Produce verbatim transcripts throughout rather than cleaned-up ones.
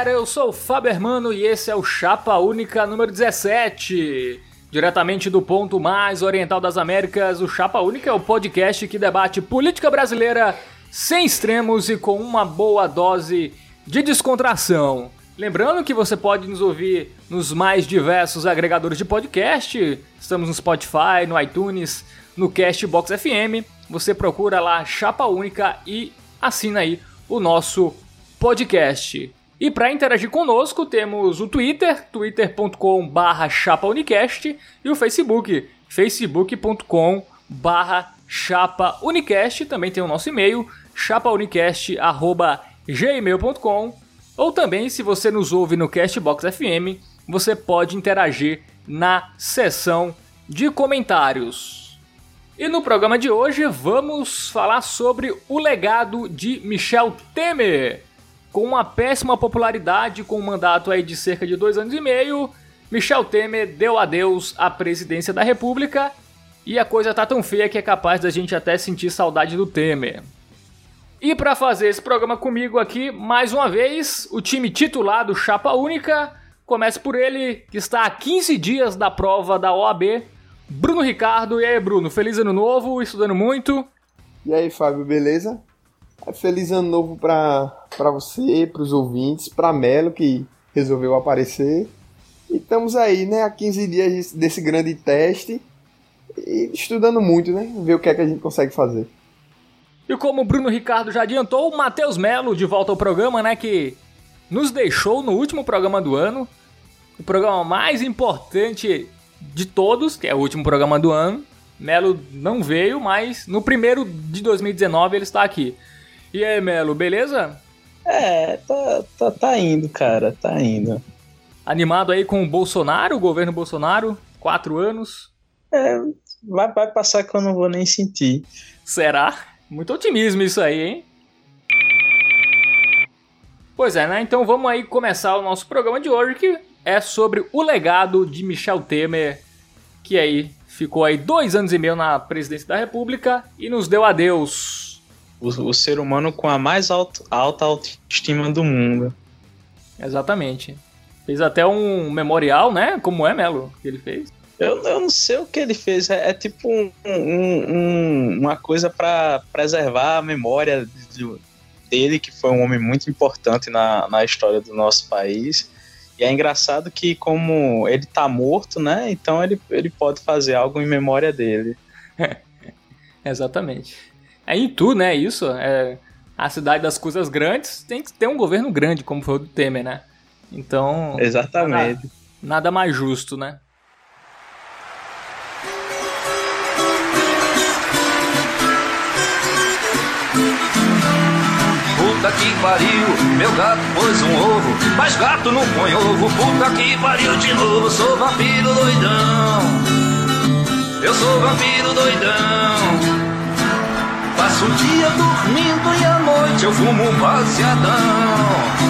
galera, eu sou o Fábio Hermano e esse é o Chapa Única número dezessete. Diretamente do ponto mais oriental das Américas, o Chapa Única é o podcast que debate política brasileira sem extremos e com uma boa dose de descontração. Lembrando que você pode nos ouvir nos mais diversos agregadores de podcast. Estamos no Spotify, no iTunes, no Castbox F M. Você procura lá Chapa Única e assina aí o nosso podcast. E para interagir conosco temos o Twitter, twitter ponto com barra chapa unicast, e o Facebook, facebook ponto com barra chapa unicast. Também tem o nosso e-mail, chapa unicast arroba gmail ponto com. Ou também, se você nos ouve no Castbox F M, você pode interagir na seção de comentários. E no programa de hoje vamos falar sobre o legado de Michel Temer. Com uma péssima popularidade, com um mandato aí de cerca de dois anos e meio, Michel Temer deu adeus à presidência da República e a coisa tá tão feia que é capaz da gente até sentir saudade do Temer. E para fazer esse programa comigo aqui, mais uma vez, o time titular do Chapa Única. Começa por ele, que está há quinze dias da prova da O A B, Bruno Ricardo. E aí, Bruno, feliz ano novo, estudando muito? E aí, Fábio, beleza? Feliz ano novo pra, pra você, pros ouvintes, pra Melo, que resolveu aparecer. E estamos aí, né, há quinze dias desse grande teste e estudando muito, né, ver o que é que a gente consegue fazer. E como o Bruno Ricardo já adiantou, o Matheus Melo de volta ao programa, né, que nos deixou no último programa do ano, o programa mais importante de todos, que é o último programa do ano. Melo não veio, mas no primeiro de dois mil e dezenove ele está aqui. E aí, Melo, beleza? É, tá, tá, tá indo, cara, tá indo. Animado aí com o Bolsonaro, o governo Bolsonaro, quatro anos. É, vai, vai passar que eu não vou nem sentir. Será? Muito otimismo isso aí, hein? Pois é, né? Então vamos aí começar o nosso programa de hoje, que é sobre o legado de Michel Temer, que aí ficou aí dois anos e meio na presidência da República e nos deu adeus. O, o ser humano com a mais alto, alta autoestima do mundo. Exatamente. Fez até um memorial, né? Como é, Melo, que ele fez? Eu, eu não sei o que ele fez. É, é tipo um, um, um, uma coisa para preservar a memória de, dele, que foi um homem muito importante na, na história do nosso país. E é engraçado que, como ele tá morto, né? Então ele, ele pode fazer algo em memória dele. Exatamente. É em tu, né, isso, é, a cidade das coisas grandes tem que ter um governo grande, como foi o do Temer, né? Então... Exatamente. Nada, nada mais justo, né? Puta que pariu, meu gato pôs um ovo, mas gato não põe ovo. Puta que pariu de novo, sou vampiro doidão. Eu sou vampiro doidão. Passo o dia dormindo e à noite eu fumo um baseadão.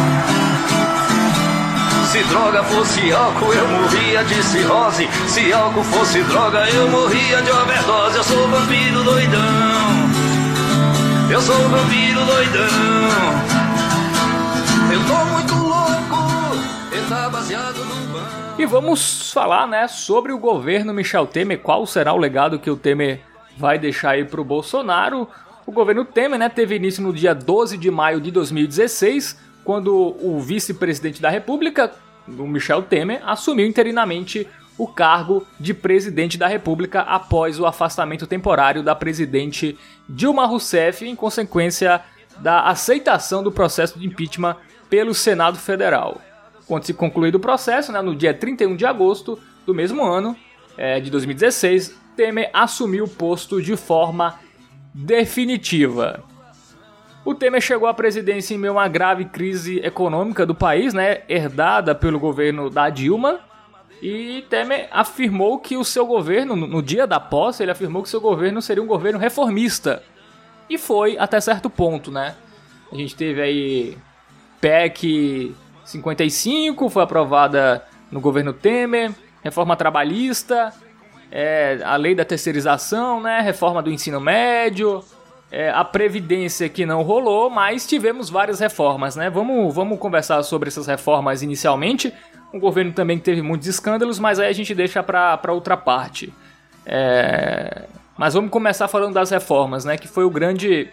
Se droga fosse álcool eu morria de cirrose. Se álcool fosse droga eu morria de overdose. Eu sou vampiro doidão. Eu sou vampiro doidão. Eu tô muito louco. Ele tá baseado no banco. E vamos falar, né, sobre o governo Michel Temer. Qual será o legado que o Temer vai deixar aí pro Bolsonaro? O governo Temer, né, teve início no dia doze de maio de dois mil e dezesseis, quando o vice-presidente da República, o Michel Temer, assumiu interinamente o cargo de presidente da República após o afastamento temporário da presidente Dilma Rousseff, em consequência da aceitação do processo de impeachment pelo Senado Federal. Quando se concluído o processo, né, no dia trinta e um de agosto do mesmo ano, é, de dois mil e dezesseis, Temer assumiu o posto de forma definitiva. O Temer chegou à presidência em meio a uma grave crise econômica do país, né, herdada pelo governo da Dilma, e Temer afirmou que o seu governo, no dia da posse, ele afirmou que o seu governo seria um governo reformista. E foi até certo ponto, né? A gente teve aí P E C cinquenta e cinco, foi aprovada no governo Temer, reforma trabalhista, é, a lei da terceirização, né, reforma do ensino médio, é, a Previdência que não rolou, mas tivemos várias reformas, né? Vamos, vamos conversar sobre essas reformas inicialmente. Um governo também que teve muitos escândalos, mas aí a gente deixa para outra parte. É... Mas vamos começar falando das reformas, né? Que foi o grande...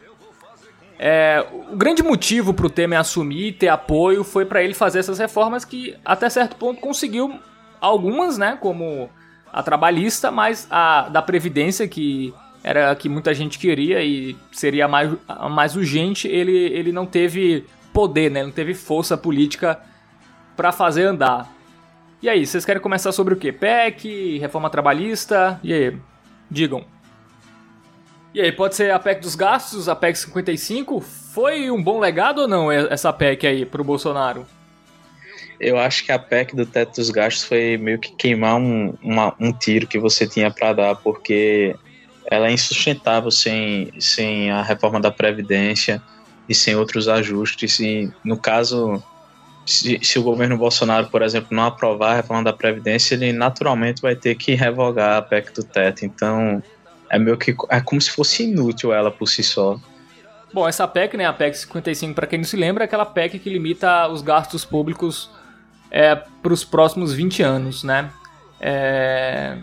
É... O grande motivo para o Temer assumir e ter apoio foi para ele fazer essas reformas que, até certo ponto, conseguiu algumas, né? Como a trabalhista, mas a da Previdência, que era a que muita gente queria e seria a mais, a mais urgente, ele, ele não teve poder, né? Não teve força política para fazer andar. E aí, vocês querem começar sobre o quê? P E C, reforma trabalhista? E aí, digam. E aí, pode ser a P E C dos gastos, a P E C cinquenta e cinco? Foi um bom legado ou não essa P E C aí pro Bolsonaro? Eu acho que a P E C do teto dos gastos foi meio que queimar um, uma, um tiro que você tinha para dar, porque ela é insustentável sem, sem a reforma da Previdência e sem outros ajustes. E, no caso... Se, se o governo Bolsonaro, por exemplo, não aprovar a reforma da Previdência, ele naturalmente vai ter que revogar a P E C do teto. Então, é meio que é como se fosse inútil ela por si só. Bom, essa P E C, né, a P E C cinquenta e cinco, para quem não se lembra, é aquela P E C que limita os gastos públicos é, para os próximos vinte anos, né? É...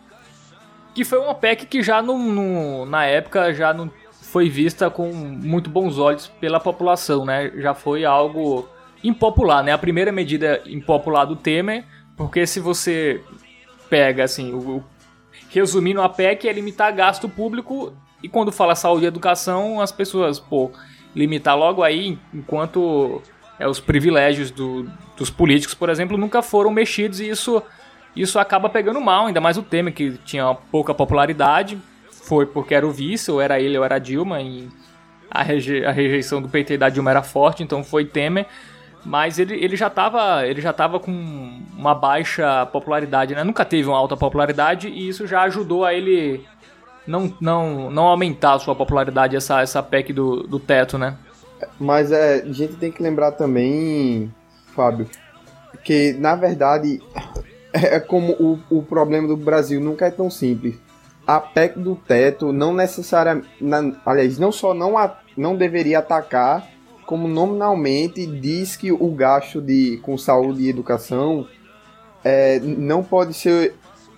Que foi uma P E C que já no, no, na época já não foi vista com muito bons olhos pela população, né? Já foi algo... impopular, né? A primeira medida impopular do Temer, porque se você pega, assim, o, o, resumindo a P E C é limitar gasto público, e quando fala saúde e educação, as pessoas, pô, limitar logo aí, enquanto é, os privilégios do, dos políticos, por exemplo, nunca foram mexidos, e isso, isso acaba pegando mal, ainda mais o Temer, que tinha pouca popularidade, foi porque era o vice, ou era ele ou era a Dilma, e a, reje, a rejeição do P T e da Dilma era forte, então foi Temer. Mas ele, ele já estava ele já tava com uma baixa popularidade, né? Nunca teve uma alta popularidade e isso já ajudou a ele não, não, não aumentar a sua popularidade, essa, essa P E C do, do teto, né? Mas é, a gente tem que lembrar também, Fábio, que na verdade é como o, o problema do Brasil nunca é tão simples. A P E C do teto não necessariamente, aliás, não só não, a, não deveria atacar, como nominalmente diz que o gasto de, com saúde e educação é, não pode ser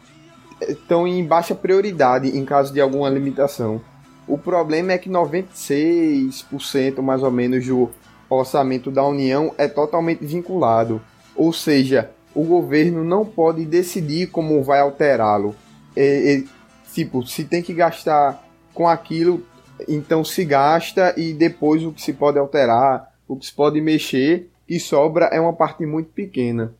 tão em baixa prioridade em caso de alguma limitação. O problema é que noventa e seis por cento mais ou menos do orçamento da União é totalmente vinculado, ou seja, o governo não pode decidir como vai alterá-lo. É, é, tipo, se tem que gastar com aquilo, então se gasta e depois o que se pode alterar, o que se pode mexer, e sobra é uma parte muito pequena.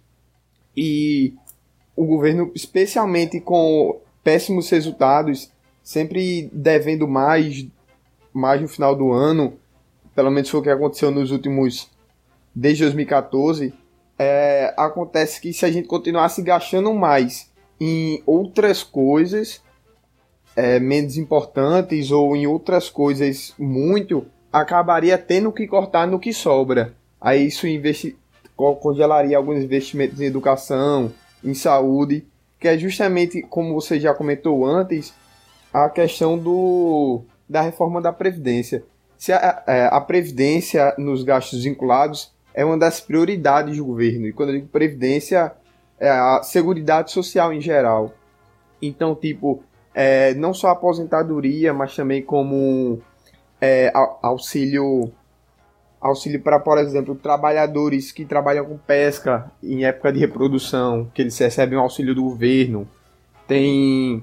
E o governo, especialmente com péssimos resultados, sempre devendo mais, mais no final do ano, pelo menos foi o que aconteceu nos últimos, desde dois mil e catorze, é, acontece que se a gente continuasse gastando mais em outras coisas, É, menos importantes ou em outras coisas muito, acabaria tendo que cortar no que sobra. Aí isso investi- congelaria alguns investimentos em educação, em saúde, que é justamente, como você já comentou antes, a questão do, da reforma da Previdência. Se a, a, a Previdência nos gastos vinculados é uma das prioridades do governo, e quando eu digo Previdência, é a Seguridade Social em geral. Então, tipo, É, não só a aposentadoria, mas também como é, auxílio auxílio para, por exemplo, trabalhadores que trabalham com pesca em época de reprodução, que eles recebem um auxílio do governo. Tem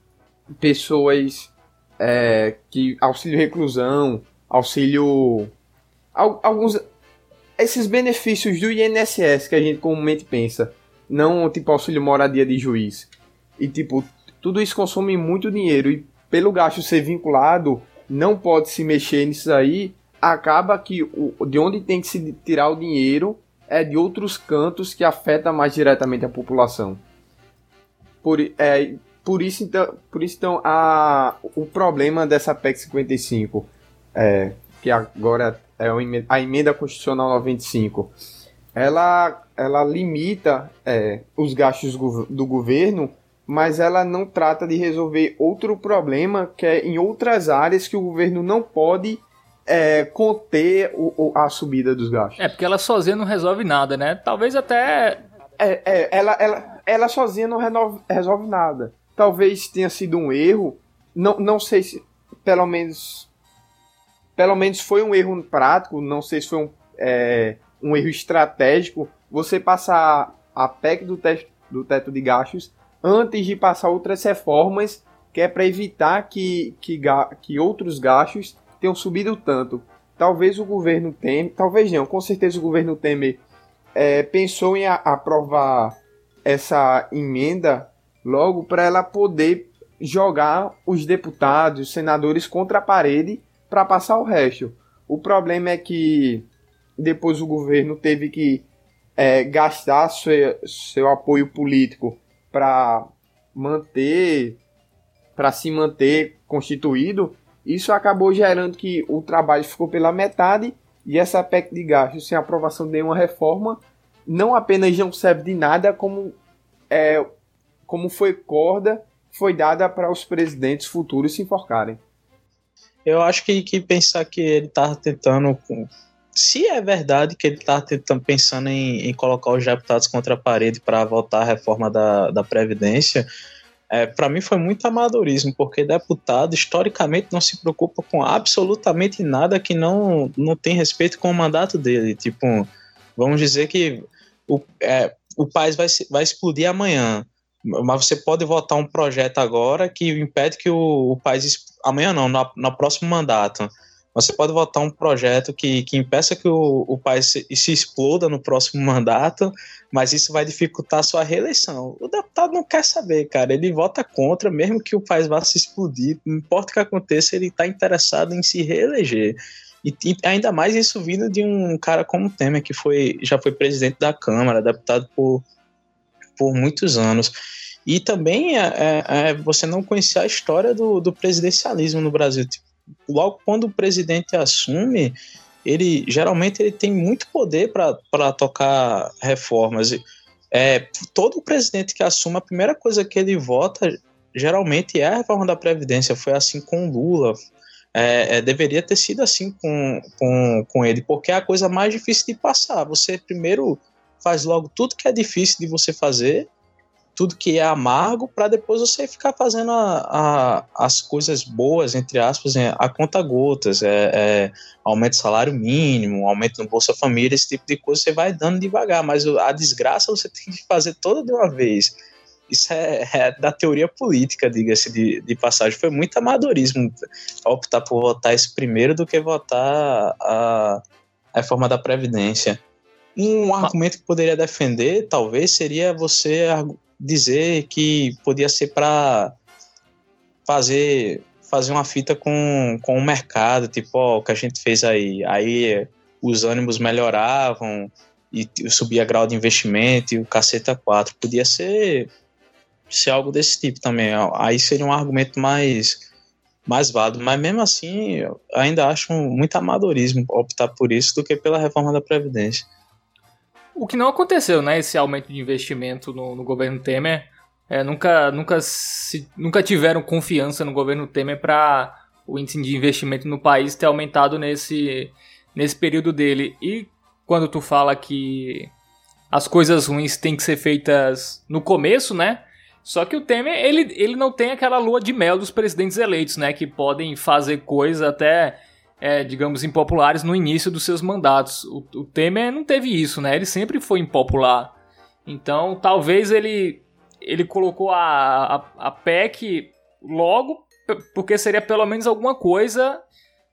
pessoas é, que auxílio reclusão, auxílio alguns esses benefícios do I N S S que a gente comumente pensa, não tipo auxílio moradia de juiz. E tipo, tudo isso consome muito dinheiro e pelo gasto ser vinculado, não pode se mexer nisso aí, acaba que o, de onde tem que se tirar o dinheiro é de outros cantos que afeta mais diretamente a população. Por, é, por isso, então, por isso, então a, o problema dessa P E C cinquenta e cinco, é, que agora é a Emenda Constitucional noventa e cinco, ela, ela limita é, os gastos do governo, mas ela não trata de resolver outro problema que é em outras áreas que o governo não pode é, conter o, a subida dos gastos. É, porque ela sozinha não resolve nada, né? Talvez até... É, é, ela, ela, ela sozinha não renove, resolve nada. Talvez tenha sido um erro, não, não sei se, pelo menos, pelo menos foi um erro prático, não sei se foi um, é, um erro estratégico, você passar a P E C do, te, do teto de gastos antes de passar outras reformas, que é para evitar que, que, que outros gastos tenham subido tanto. Talvez o governo Temer, talvez não, com certeza o governo Temer é, pensou em a, aprovar essa emenda logo para ela poder jogar os deputados, os senadores contra a parede para passar o resto. O problema é que depois o governo teve que é, gastar seu, seu apoio político para manter, para se manter constituído. Isso acabou gerando que o trabalho ficou pela metade e essa P E C de gastos sem aprovação de nenhuma reforma não apenas não serve de nada, como, é, como foi corda, foi dada para os presidentes futuros se enforcarem. Eu acho que, que pensar que ele estava tentando, se é verdade que ele estava tentando, pensando em, em colocar os deputados contra a parede para votar a reforma da, da Previdência, é, para mim foi muito amadorismo, porque deputado historicamente não se preocupa com absolutamente nada que não, não tem respeito com o mandato dele. Tipo, vamos dizer que o, é, o país vai, vai explodir amanhã, mas você pode votar um projeto agora que impede que o, o país... Amanhã não, no, no próximo mandato. Você pode votar um projeto que, que impeça que o, o país se, se exploda no próximo mandato, mas isso vai dificultar a sua reeleição. O deputado não quer saber, cara. Ele vota contra, mesmo que o país vá se explodir. Não importa o que aconteça, ele está interessado em se reeleger. E, e ainda mais isso vindo de um cara como o Temer, que foi, já foi presidente da Câmara, deputado por, por muitos anos. E também é, é, é você não conhecer a história do, do presidencialismo no Brasil. Tipo, logo quando o presidente assume, ele geralmente ele tem muito poder para tocar reformas. É, todo presidente que assume, a primeira coisa que ele vota geralmente é a reforma da Previdência. Foi assim com Lula. É, é, deveria ter sido assim com, com, com ele, porque é a coisa mais difícil de passar. Você primeiro faz logo tudo que é difícil de você fazer, tudo que é amargo, para depois você ficar fazendo a, a, as coisas boas, entre aspas, a conta gotas, é, é, aumento do salário mínimo, aumento no Bolsa Família, esse tipo de coisa você vai dando devagar, mas a desgraça você tem que fazer toda de uma vez. Isso é, é da teoria política, diga-se de, de passagem. Foi muito amadorismo optar por votar isso primeiro do que votar a, a reforma da Previdência. Um argumento que poderia defender, talvez, seria você dizer que podia ser para fazer, fazer uma fita com, com o mercado, tipo, ó, o que a gente fez aí. Aí os ânimos melhoravam e subia grau de investimento e o caceta quatro. Podia ser, ser algo desse tipo também. Aí seria um argumento mais, mais válido. Mas mesmo assim, eu ainda acho muito amadorismo optar por isso do que pela reforma da Previdência. O que não aconteceu, né? Esse aumento de investimento no, no governo Temer. É, nunca, nunca, se, nunca tiveram confiança no governo Temer para o índice de investimento no país ter aumentado nesse, nesse período dele. E quando tu fala que as coisas ruins têm que ser feitas no começo, né? Só que o Temer, ele, ele não tem aquela lua de mel dos presidentes eleitos, né? Que podem fazer coisas até... É, digamos, impopulares no início dos seus mandatos. O, o Temer não teve isso, né? Ele sempre foi impopular. Então, talvez ele, ele colocou a, a, a P E C logo, porque seria pelo menos alguma coisa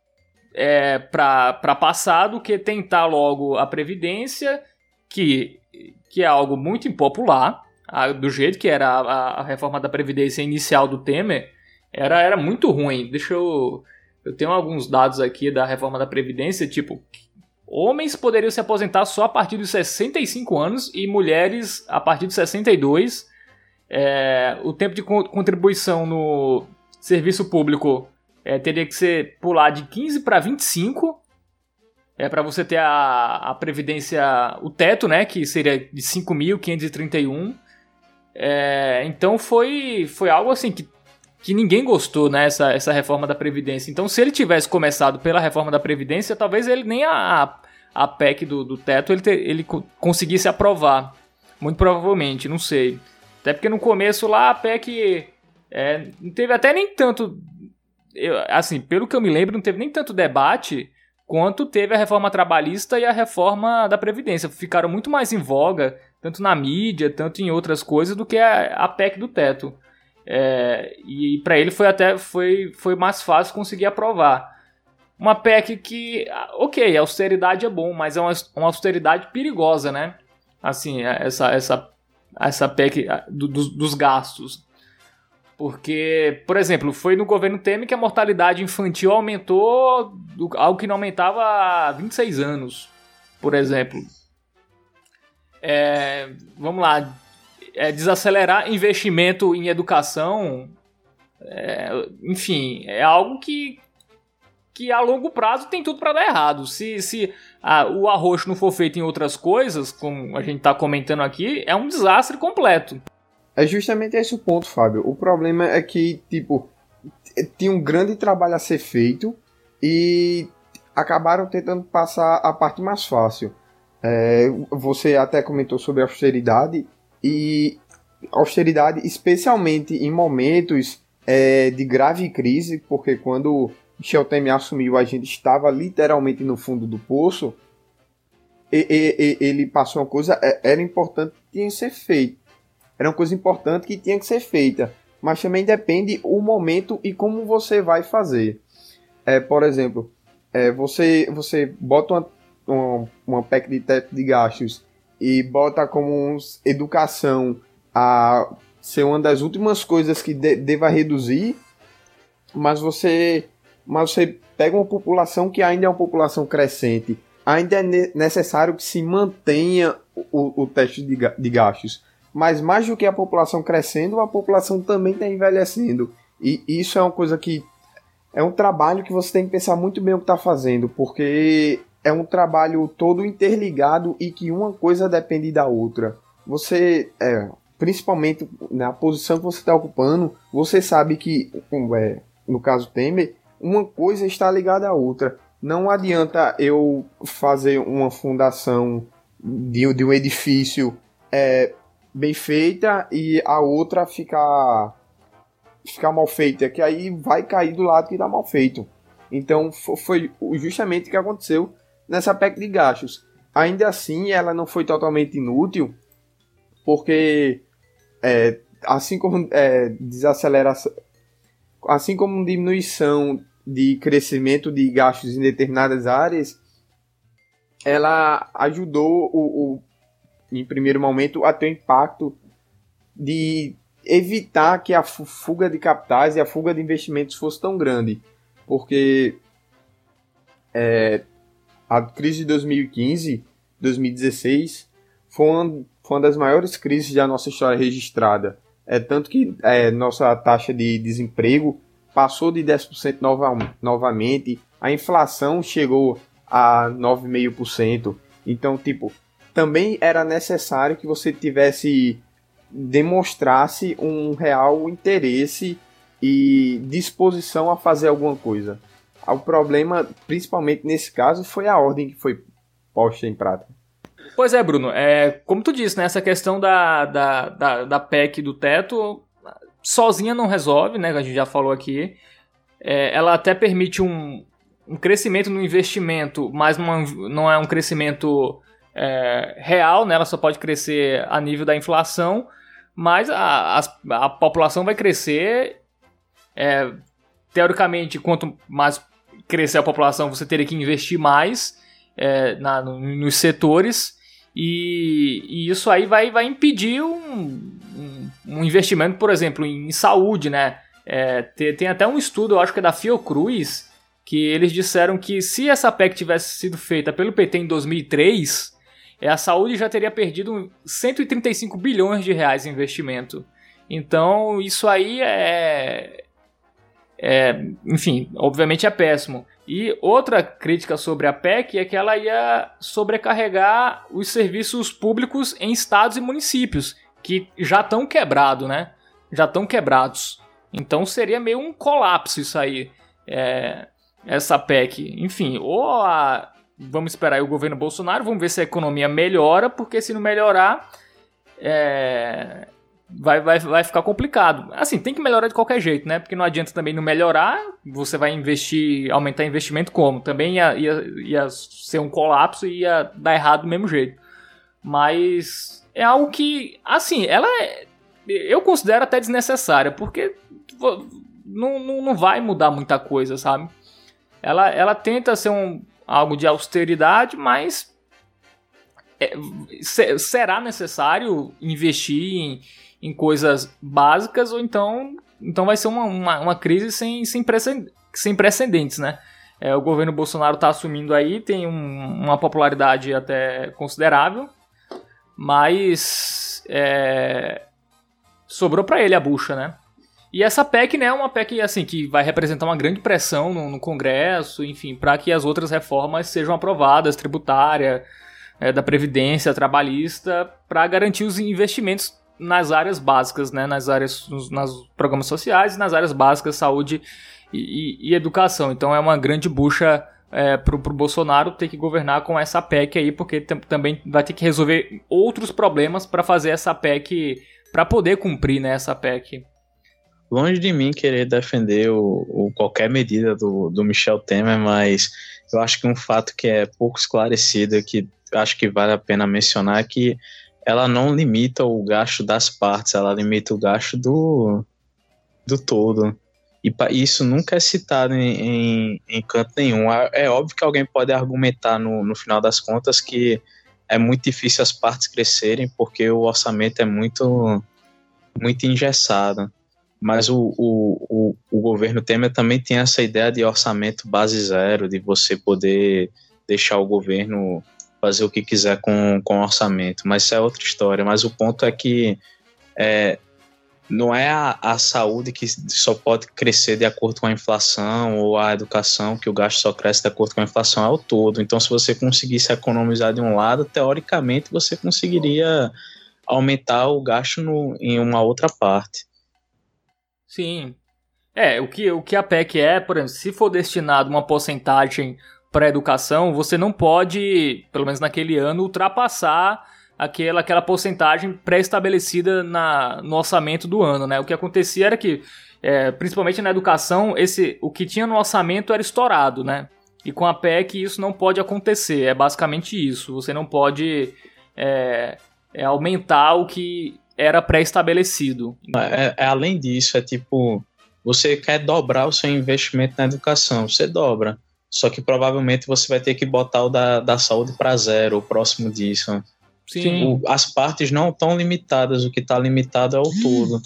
é, para passar do que tentar logo a Previdência, que, que é algo muito impopular, a, do jeito que era a, a reforma da Previdência inicial do Temer, era, era muito ruim. Deixa eu... Eu tenho alguns dados aqui da reforma da Previdência, tipo, homens poderiam se aposentar só a partir dos sessenta e cinco anos e mulheres a partir dos sessenta e dois. É, o tempo de contribuição no serviço público é, teria que ser pular de quinze para vinte e cinco, é, para você ter a, a Previdência, o teto, né, que seria de cinco mil quinhentos e trinta e um. É, então foi, foi algo assim que, que ninguém gostou, né, essa, essa reforma da Previdência. Então se ele tivesse começado pela reforma da Previdência, talvez ele nem a, a P E C do, do teto ele, ter, ele conseguisse aprovar. Muito provavelmente, não sei. Até porque no começo lá a P E C é, não teve até nem tanto... Eu, assim, pelo que eu me lembro, não teve nem tanto debate quanto teve a reforma trabalhista e a reforma da Previdência. Ficaram muito mais em voga, tanto na mídia, tanto em outras coisas, do que a, a P E C do teto. É, e para ele foi até foi, foi mais fácil conseguir aprovar. Uma P E C que, ok, a austeridade é bom, mas é uma, uma austeridade perigosa, né? Assim, essa, essa, essa P E C do, dos, dos gastos. Porque, por exemplo, foi no governo Temer que a mortalidade infantil aumentou do, algo que não aumentava há vinte e seis anos, por exemplo. É, vamos lá, é, desacelerar investimento em educação, é, enfim, é algo que, que a longo prazo tem tudo para dar errado. Se, se a, o arroxo não for feito em outras coisas, como a gente está comentando aqui, é um desastre completo. É justamente esse o ponto, Fábio. O problema é que, tipo, tinha um grande trabalho a ser feito e acabaram tentando passar a parte mais fácil. É, você até comentou sobre austeridade, e austeridade especialmente em momentos é, de grave crise, porque quando Michel Temer assumiu, a gente estava literalmente no fundo do poço, e, e, e, ele passou uma coisa, era importante, tinha que ser feito. Era uma coisa importante que tinha que ser feita, mas também depende o momento e como você vai fazer. É, por exemplo, é, você, você bota uma, uma, uma P E C de teto de gastos e bota como uns, educação a ser uma das últimas coisas que de, deva reduzir, mas você, mas você pega uma população que ainda é uma população crescente, ainda é ne- necessário que se mantenha o, o teto de, de gastos. Mas mais do que a população crescendo, a população também está envelhecendo. E isso é uma coisa que... é um trabalho que você tem que pensar muito bem o que está fazendo, porque é um trabalho todo interligado e que uma coisa depende da outra. Você, é, principalmente na posição que você está ocupando, você sabe que, é, no caso Temer, uma coisa está ligada à outra. Não adianta eu fazer uma fundação de, de um edifício... É, bem feita e a outra ficar, ficar mal feita, que aí vai cair do lado que está mal feito. Então foi justamente o que aconteceu nessa P E C de gastos. Ainda assim, ela não foi totalmente inútil, porque é, assim como é, desaceleração, assim como diminuição de crescimento de gastos em determinadas áreas, ela ajudou o, o em primeiro momento, a ter o impacto de evitar que a fuga de capitais e a fuga de investimentos fosse tão grande. Porque é, a crise de dois mil e quinze, dois mil e dezesseis foi uma, foi uma das maiores crises da nossa história registrada. É, tanto que é, nossa taxa de desemprego passou de dez por cento nova, novamente, a inflação chegou a nove vírgula cinco por cento. Então, tipo... também era necessário que você tivesse, demonstrasse um real interesse e disposição a fazer alguma coisa. O problema, principalmente nesse caso, foi a ordem que foi posta em prática. Pois é, Bruno, é, como tu disse, né, essa questão da, da, da, da P E C do teto, sozinha não resolve, né, que a gente já falou aqui. É, ela até permite um, um crescimento no investimento, mas não, não é um crescimento... É, real, né? Ela só pode crescer a nível da inflação, mas a, a, a população vai crescer. É, teoricamente, quanto mais crescer a população, você teria que investir mais é, na, no, nos setores, e, e isso aí vai, vai impedir um, um, um investimento, por exemplo, em, em saúde, né? É, tem, tem até um estudo, eu acho que é da Fiocruz, que eles disseram que se essa P E C tivesse sido feita pelo P T em dois mil e três... a saúde já teria perdido cento e trinta e cinco bilhões de reais em investimento. Então, isso aí é, é... enfim, obviamente é péssimo. E outra crítica sobre a P E C é que ela ia sobrecarregar os serviços públicos em estados e municípios, que já estão quebrados, né? Já estão quebrados. Então seria meio um colapso isso aí, é, essa P E C. Enfim, ou a, vamos esperar aí o governo Bolsonaro, vamos ver se a economia melhora, porque se não melhorar, é, vai, vai, vai ficar complicado. Assim, tem que melhorar de qualquer jeito, né? Porque não adianta também não melhorar, você vai investir, aumentar investimento como? Também ia, ia, ia ser um colapso e ia dar errado do mesmo jeito. Mas é algo que, assim, ela é, eu considero até desnecessária, porque não, não, não vai mudar muita coisa, sabe? Ela, ela tenta ser um, algo de austeridade, mas é, se, será necessário investir em, em coisas básicas, ou então, então vai ser uma, uma, uma crise sem, sem, precedentes, sem precedentes, né? É, o governo Bolsonaro está assumindo aí, tem um, uma popularidade até considerável, mas é, sobrou para ele a bucha, né? E essa P E C, né, é uma P E C assim, que vai representar uma grande pressão no, no Congresso, enfim, para que as outras reformas sejam aprovadas, tributária, é, da Previdência, trabalhista, para garantir os investimentos nas áreas básicas, né, nas áreas, nos, nos programas sociais e nas áreas básicas, saúde e, e, e educação. Então é uma grande bucha é, para o Bolsonaro ter que governar com essa P E C aí, porque tam, também vai ter que resolver outros problemas para fazer essa P E C, para poder cumprir, né, essa P E C. Longe de mim querer defender o, o qualquer medida do, do Michel Temer, mas eu acho que um fato que é pouco esclarecido, que acho que vale a pena mencionar, é que ela não limita o gasto das partes, ela limita o gasto do, do todo. E isso nunca é citado em, em, em canto nenhum. É óbvio que alguém pode argumentar no, no final das contas que é muito difícil as partes crescerem porque o orçamento é muito, muito engessado. Mas o, o, o, o governo Temer também tem essa ideia de orçamento base zero, de você poder deixar o governo fazer o que quiser com, com o orçamento. Mas isso é outra história. Mas o ponto é que é, não é a, a saúde que só pode crescer de acordo com a inflação, ou a educação, que o gasto só cresce de acordo com a inflação, é o todo. Então, se você conseguisse economizar de um lado, teoricamente você conseguiria aumentar o gasto no, em uma outra parte. Sim. É, o que, o que a P E C é, por exemplo, se for destinado uma porcentagem para a educação, você não pode, pelo menos naquele ano, ultrapassar aquela, aquela porcentagem pré-estabelecida na, no orçamento do ano, né? O que acontecia era que, é, principalmente na educação, esse, o que tinha no orçamento era estourado, né? E com a P E C isso não pode acontecer, é basicamente isso. Você não pode é, é, aumentar o que era pré-estabelecido. É, é, além disso, é tipo, você quer dobrar o seu investimento na educação, você dobra, só que provavelmente você vai ter que botar o da, da saúde para zero, o próximo disso. Sim. O, as partes não estão limitadas, o que está limitado é o todo.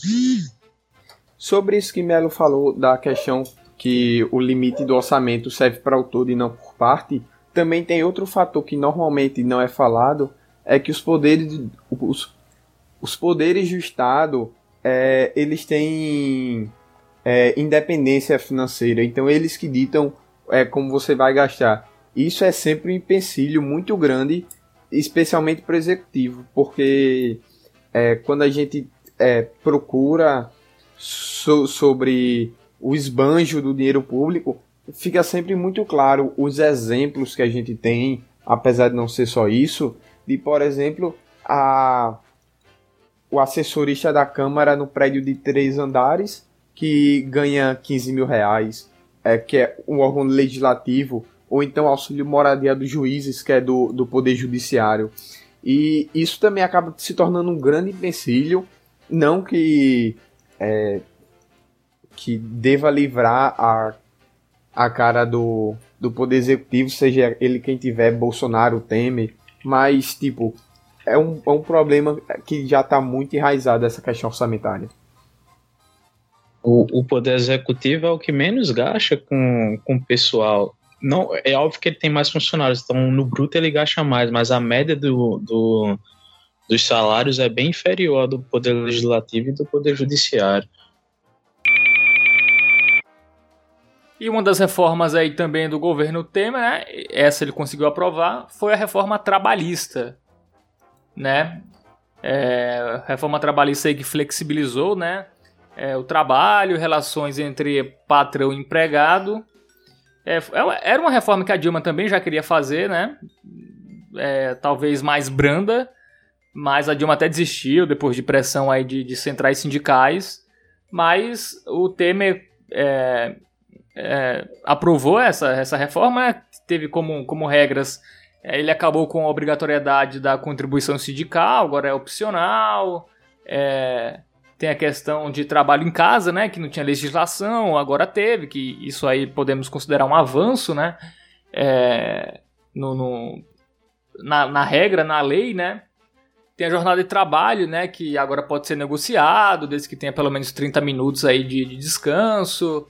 Sobre isso que Melo falou, da questão que o limite do orçamento serve para o todo e não por parte, também tem outro fator que normalmente não é falado, é que os poderes, os, os poderes do Estado, é, eles têm é, independência financeira, então eles que ditam é, como você vai gastar. Isso é sempre um empecilho muito grande, especialmente para o executivo, porque é, quando a gente é, procura so, sobre o esbanjo do dinheiro público, fica sempre muito claro os exemplos que a gente tem, apesar de não ser só isso, de, por exemplo, a, o assessorista da Câmara no prédio de três andares, que ganha quinze mil reais, é, que é um órgão legislativo, ou então auxílio moradia dos juízes, que é do, do Poder Judiciário. E isso também acaba se tornando um grande empecilho, não que, é, que deva livrar a, a cara do, do Poder Executivo, seja ele quem tiver, Bolsonaro, Temer, mas tipo, é um, é um problema que já está muito enraizado, essa questão orçamentária. O, o Poder Executivo é o que menos gasta com o pessoal. Não, é óbvio que ele tem mais funcionários, então no bruto ele gasta mais, mas a média do, do, dos salários é bem inferior à do Poder Legislativo e do Poder Judiciário. E uma das reformas aí também do governo Temer, né, essa ele conseguiu aprovar, foi a reforma trabalhista, né? É, reforma trabalhista aí que flexibilizou, né, é, o trabalho, relações entre patrão e empregado. É, era uma reforma que a Dilma também já queria fazer, né, é, talvez mais branda, mas a Dilma até desistiu depois de pressão aí de, de centrais sindicais. Mas o Temer é, é, aprovou essa, essa reforma, né? Teve como, como regras, é, ele acabou com a obrigatoriedade da contribuição sindical, agora é opcional, é, tem a questão de trabalho em casa, né, que não tinha legislação, agora teve, que isso aí podemos considerar um avanço, né, é, no, no, na, na regra, na lei, né. Tem a jornada de trabalho, né, que agora pode ser negociado, desde que tenha pelo menos trinta minutos aí de, de descanso.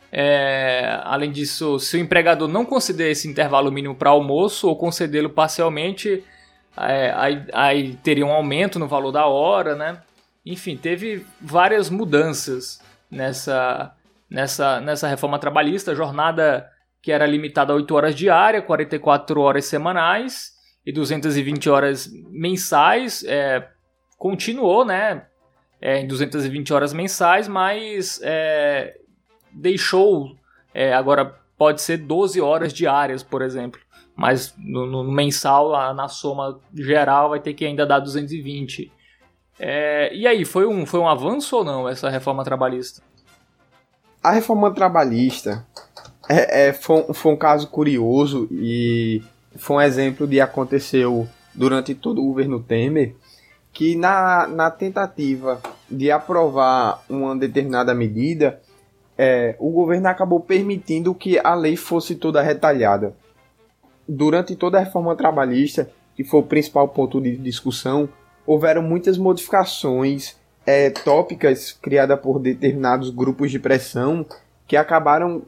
É, além disso, se o empregador não conceder esse intervalo mínimo para almoço ou concedê-lo parcialmente, é, aí, aí teria um aumento no valor da hora, né? Enfim, teve várias mudanças nessa, nessa, nessa reforma trabalhista. Jornada que era limitada a oito horas diárias, quarenta e quatro horas semanais e duzentas e vinte horas mensais, é, continuou, né, é, em duzentas e vinte horas mensais, mas é, deixou, é, agora pode ser doze horas diárias, por exemplo, mas no, no mensal, na soma geral, vai ter que ainda dar duzentos e vinte. É, e aí, foi um, foi um avanço ou não, essa reforma trabalhista? A reforma trabalhista é, é, foi, foi um caso curioso e foi um exemplo de aconteceu durante todo o governo Temer, que na, na tentativa de aprovar uma determinada medida, é, o governo acabou permitindo que a lei fosse toda retalhada. Durante toda a reforma trabalhista, que foi o principal ponto de discussão, houveram muitas modificações é, tópicas criadas por determinados grupos de pressão que acabaram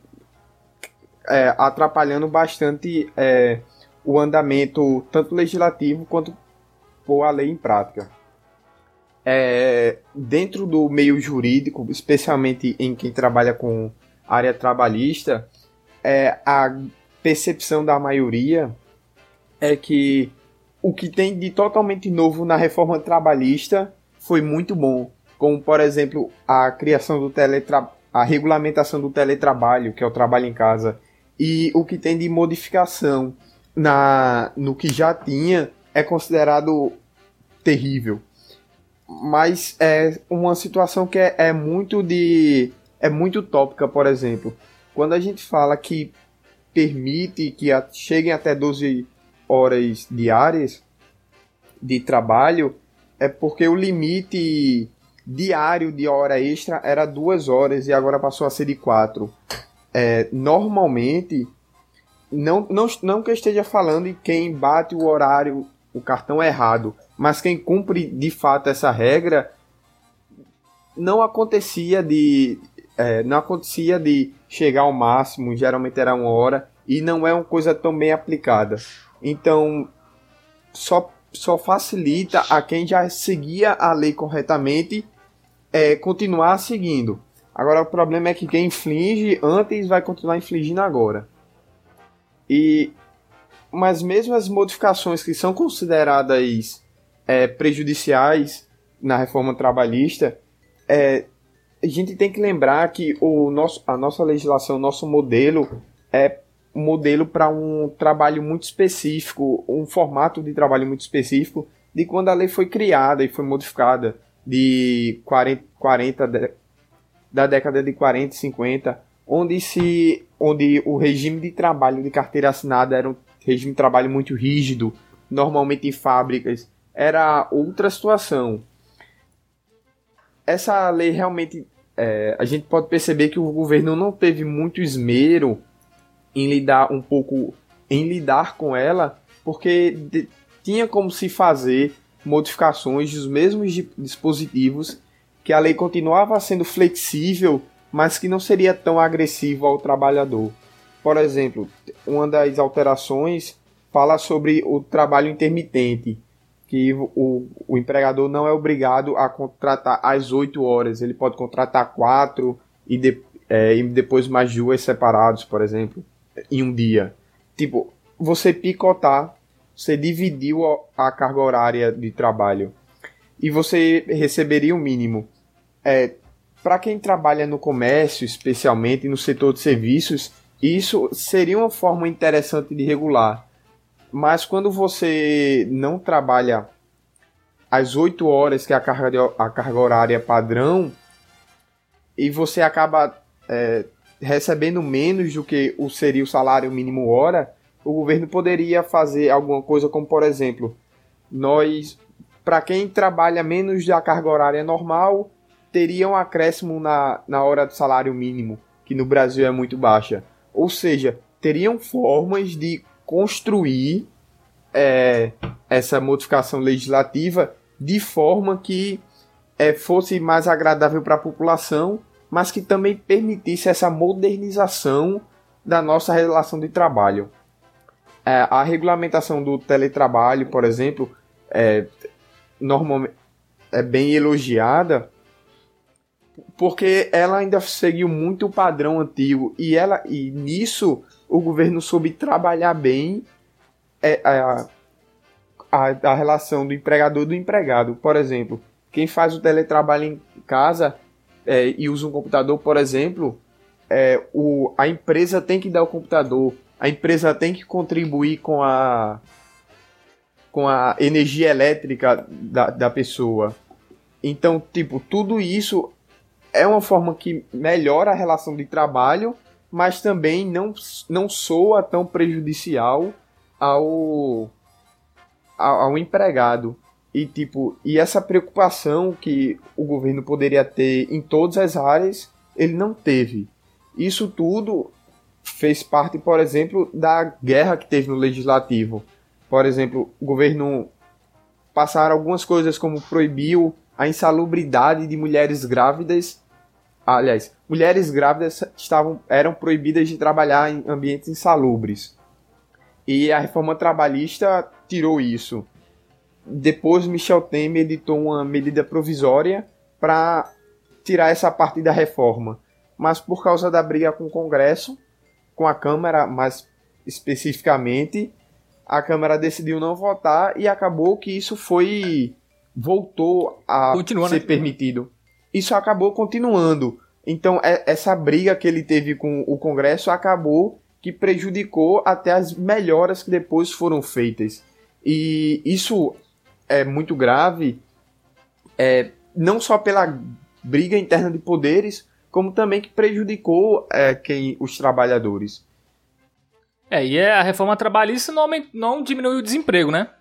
é, atrapalhando bastante é, o andamento tanto legislativo quanto pôr a lei em prática. É, dentro do meio jurídico, especialmente em quem trabalha com área trabalhista, é, a percepção da maioria é que o que tem de totalmente novo na reforma trabalhista foi muito bom, como por exemplo a criação do teletra... a regulamentação do teletrabalho, que é o trabalho em casa, e o que tem de modificação na... no que já tinha é considerado terrível. Mas é uma situação que é, é muito de é muito utópica, por exemplo. Quando a gente fala que permite que a, cheguem até doze horas diárias de trabalho, é porque o limite diário de hora extra era duas horas e agora passou a ser de quatro. É, normalmente, não, não, não que eu esteja falando de quem bate o horário, o cartão errado, mas quem cumpre de fato essa regra, não acontecia de é, não acontecia de chegar ao máximo, geralmente era uma hora, e não é uma coisa tão bem aplicada. Então, só, só facilita a quem já seguia a lei corretamente é, continuar seguindo. Agora, o problema é que quem infringe antes vai continuar infringindo agora. E, mas mesmo as modificações que são consideradas é, prejudiciais na reforma trabalhista, é, a gente tem que lembrar que o nosso, a nossa legislação, o nosso modelo é um modelo para um trabalho muito específico, um formato de trabalho muito específico de quando a lei foi criada e foi modificada de quarenta, quarenta de, da década de quarenta e cinquenta, onde, se, onde o regime de trabalho de carteira assinada era um regime de trabalho muito rígido, normalmente em fábricas, era outra situação. Essa lei realmente, é, a gente pode perceber que o governo não teve muito esmero em lidar um pouco, em lidar com ela, porque de, tinha como se fazer modificações dos mesmos dispositivos, que a lei continuava sendo flexível, mas que não seria tão agressivo ao trabalhador. Por exemplo, uma das alterações fala sobre o trabalho intermitente, que o, o empregador não é obrigado a contratar às oito horas, ele pode contratar quatro e, de, é, e depois mais duas separados, por exemplo, em um dia. Tipo, você picotar, você dividiu a, a carga horária de trabalho. e você receberia o mínimo. É, para quem trabalha no comércio, especialmente no setor de serviços, isso seria uma forma interessante de regular. Mas quando você não trabalha as oito horas, que é a carga, de, a carga horária padrão, e você acaba é, recebendo menos do que o, seria o salário mínimo hora, o governo poderia fazer alguma coisa como, por exemplo, nós, para quem trabalha menos da carga horária normal, teria um acréscimo na, na hora do salário mínimo, que no Brasil é muito baixa. Ou seja, teriam formas de construir é, essa modificação legislativa de forma que é, fosse mais agradável para a população, mas que também permitisse essa modernização da nossa relação de trabalho. É, a regulamentação do teletrabalho, por exemplo, é, normalmente é bem elogiada, porque ela ainda seguiu muito o padrão antigo, e, ela, e nisso o governo soube trabalhar bem é, a, a, a relação do empregador e do empregado. Por exemplo, quem faz o teletrabalho em casa é, e usa um computador, por exemplo, é, o, a empresa tem que dar o computador, a empresa tem que contribuir com a, com a energia elétrica da, da pessoa. Então, tipo, tudo isso é uma forma que melhora a relação de trabalho, mas também não, não soa tão prejudicial ao, ao, ao empregado. E, tipo, e essa preocupação que o governo poderia ter em todas as áreas, ele não teve. Isso tudo fez parte, por exemplo, da guerra que teve no legislativo. Por exemplo, o governo passaram algumas coisas como proibiu a insalubridade de mulheres grávidas. Aliás, mulheres grávidas estavam, eram proibidas de trabalhar em ambientes insalubres. E a reforma trabalhista tirou isso. Depois, Michel Temer editou uma medida provisória para tirar essa parte da reforma. Mas por causa da briga com o Congresso, com a Câmara mais especificamente, a Câmara decidiu não votar e acabou que isso foi... voltou a Continua, ser né? permitido. Isso acabou continuando. Então, essa briga que ele teve com o Congresso acabou que prejudicou até as melhoras que depois foram feitas. E isso é muito grave, é, não só pela briga interna de poderes, como também que prejudicou é, quem, os trabalhadores. É, e a reforma trabalhista não, não diminuiu o desemprego, né?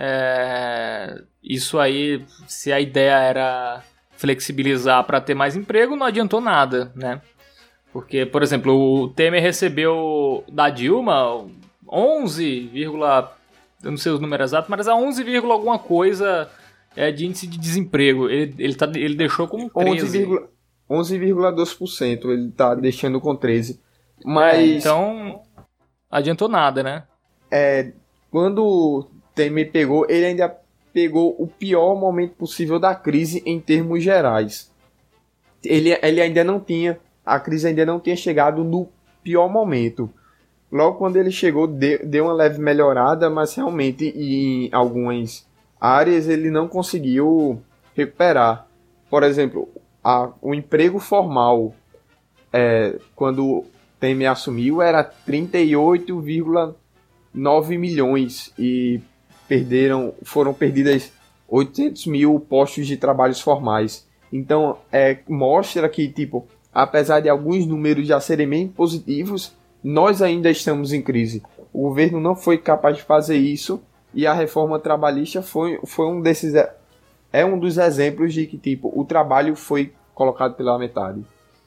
É, isso aí, se a ideia era flexibilizar para ter mais emprego, não adiantou nada, né? Porque, por exemplo, o Temer recebeu da Dilma onze, eu não sei os números exatos, mas é onze, alguma coisa é, de índice de desemprego. Ele, ele, tá, ele deixou com treze. onze vírgula dois por cento ele tá deixando com treze. Mas... É, então, adiantou nada, né? É, quando Temer pegou, ele ainda pegou o pior momento possível da crise em termos gerais. Ele, ele ainda não tinha, a crise ainda não tinha chegado no pior momento. Logo quando ele chegou, deu, deu uma leve melhorada, mas realmente em algumas áreas ele não conseguiu recuperar. Por exemplo, a, o emprego formal, é, quando Temer assumiu, era trinta e oito vírgula nove milhões e perderam, foram perdidas oitocentos mil postos de trabalhos formais. Então, é, mostra que, tipo, apesar de alguns números já serem bem positivos, nós ainda estamos em crise. O governo não foi capaz de fazer isso e a reforma trabalhista foi, foi um desses, é um dos exemplos de que, tipo, o trabalho foi colocado pela metade.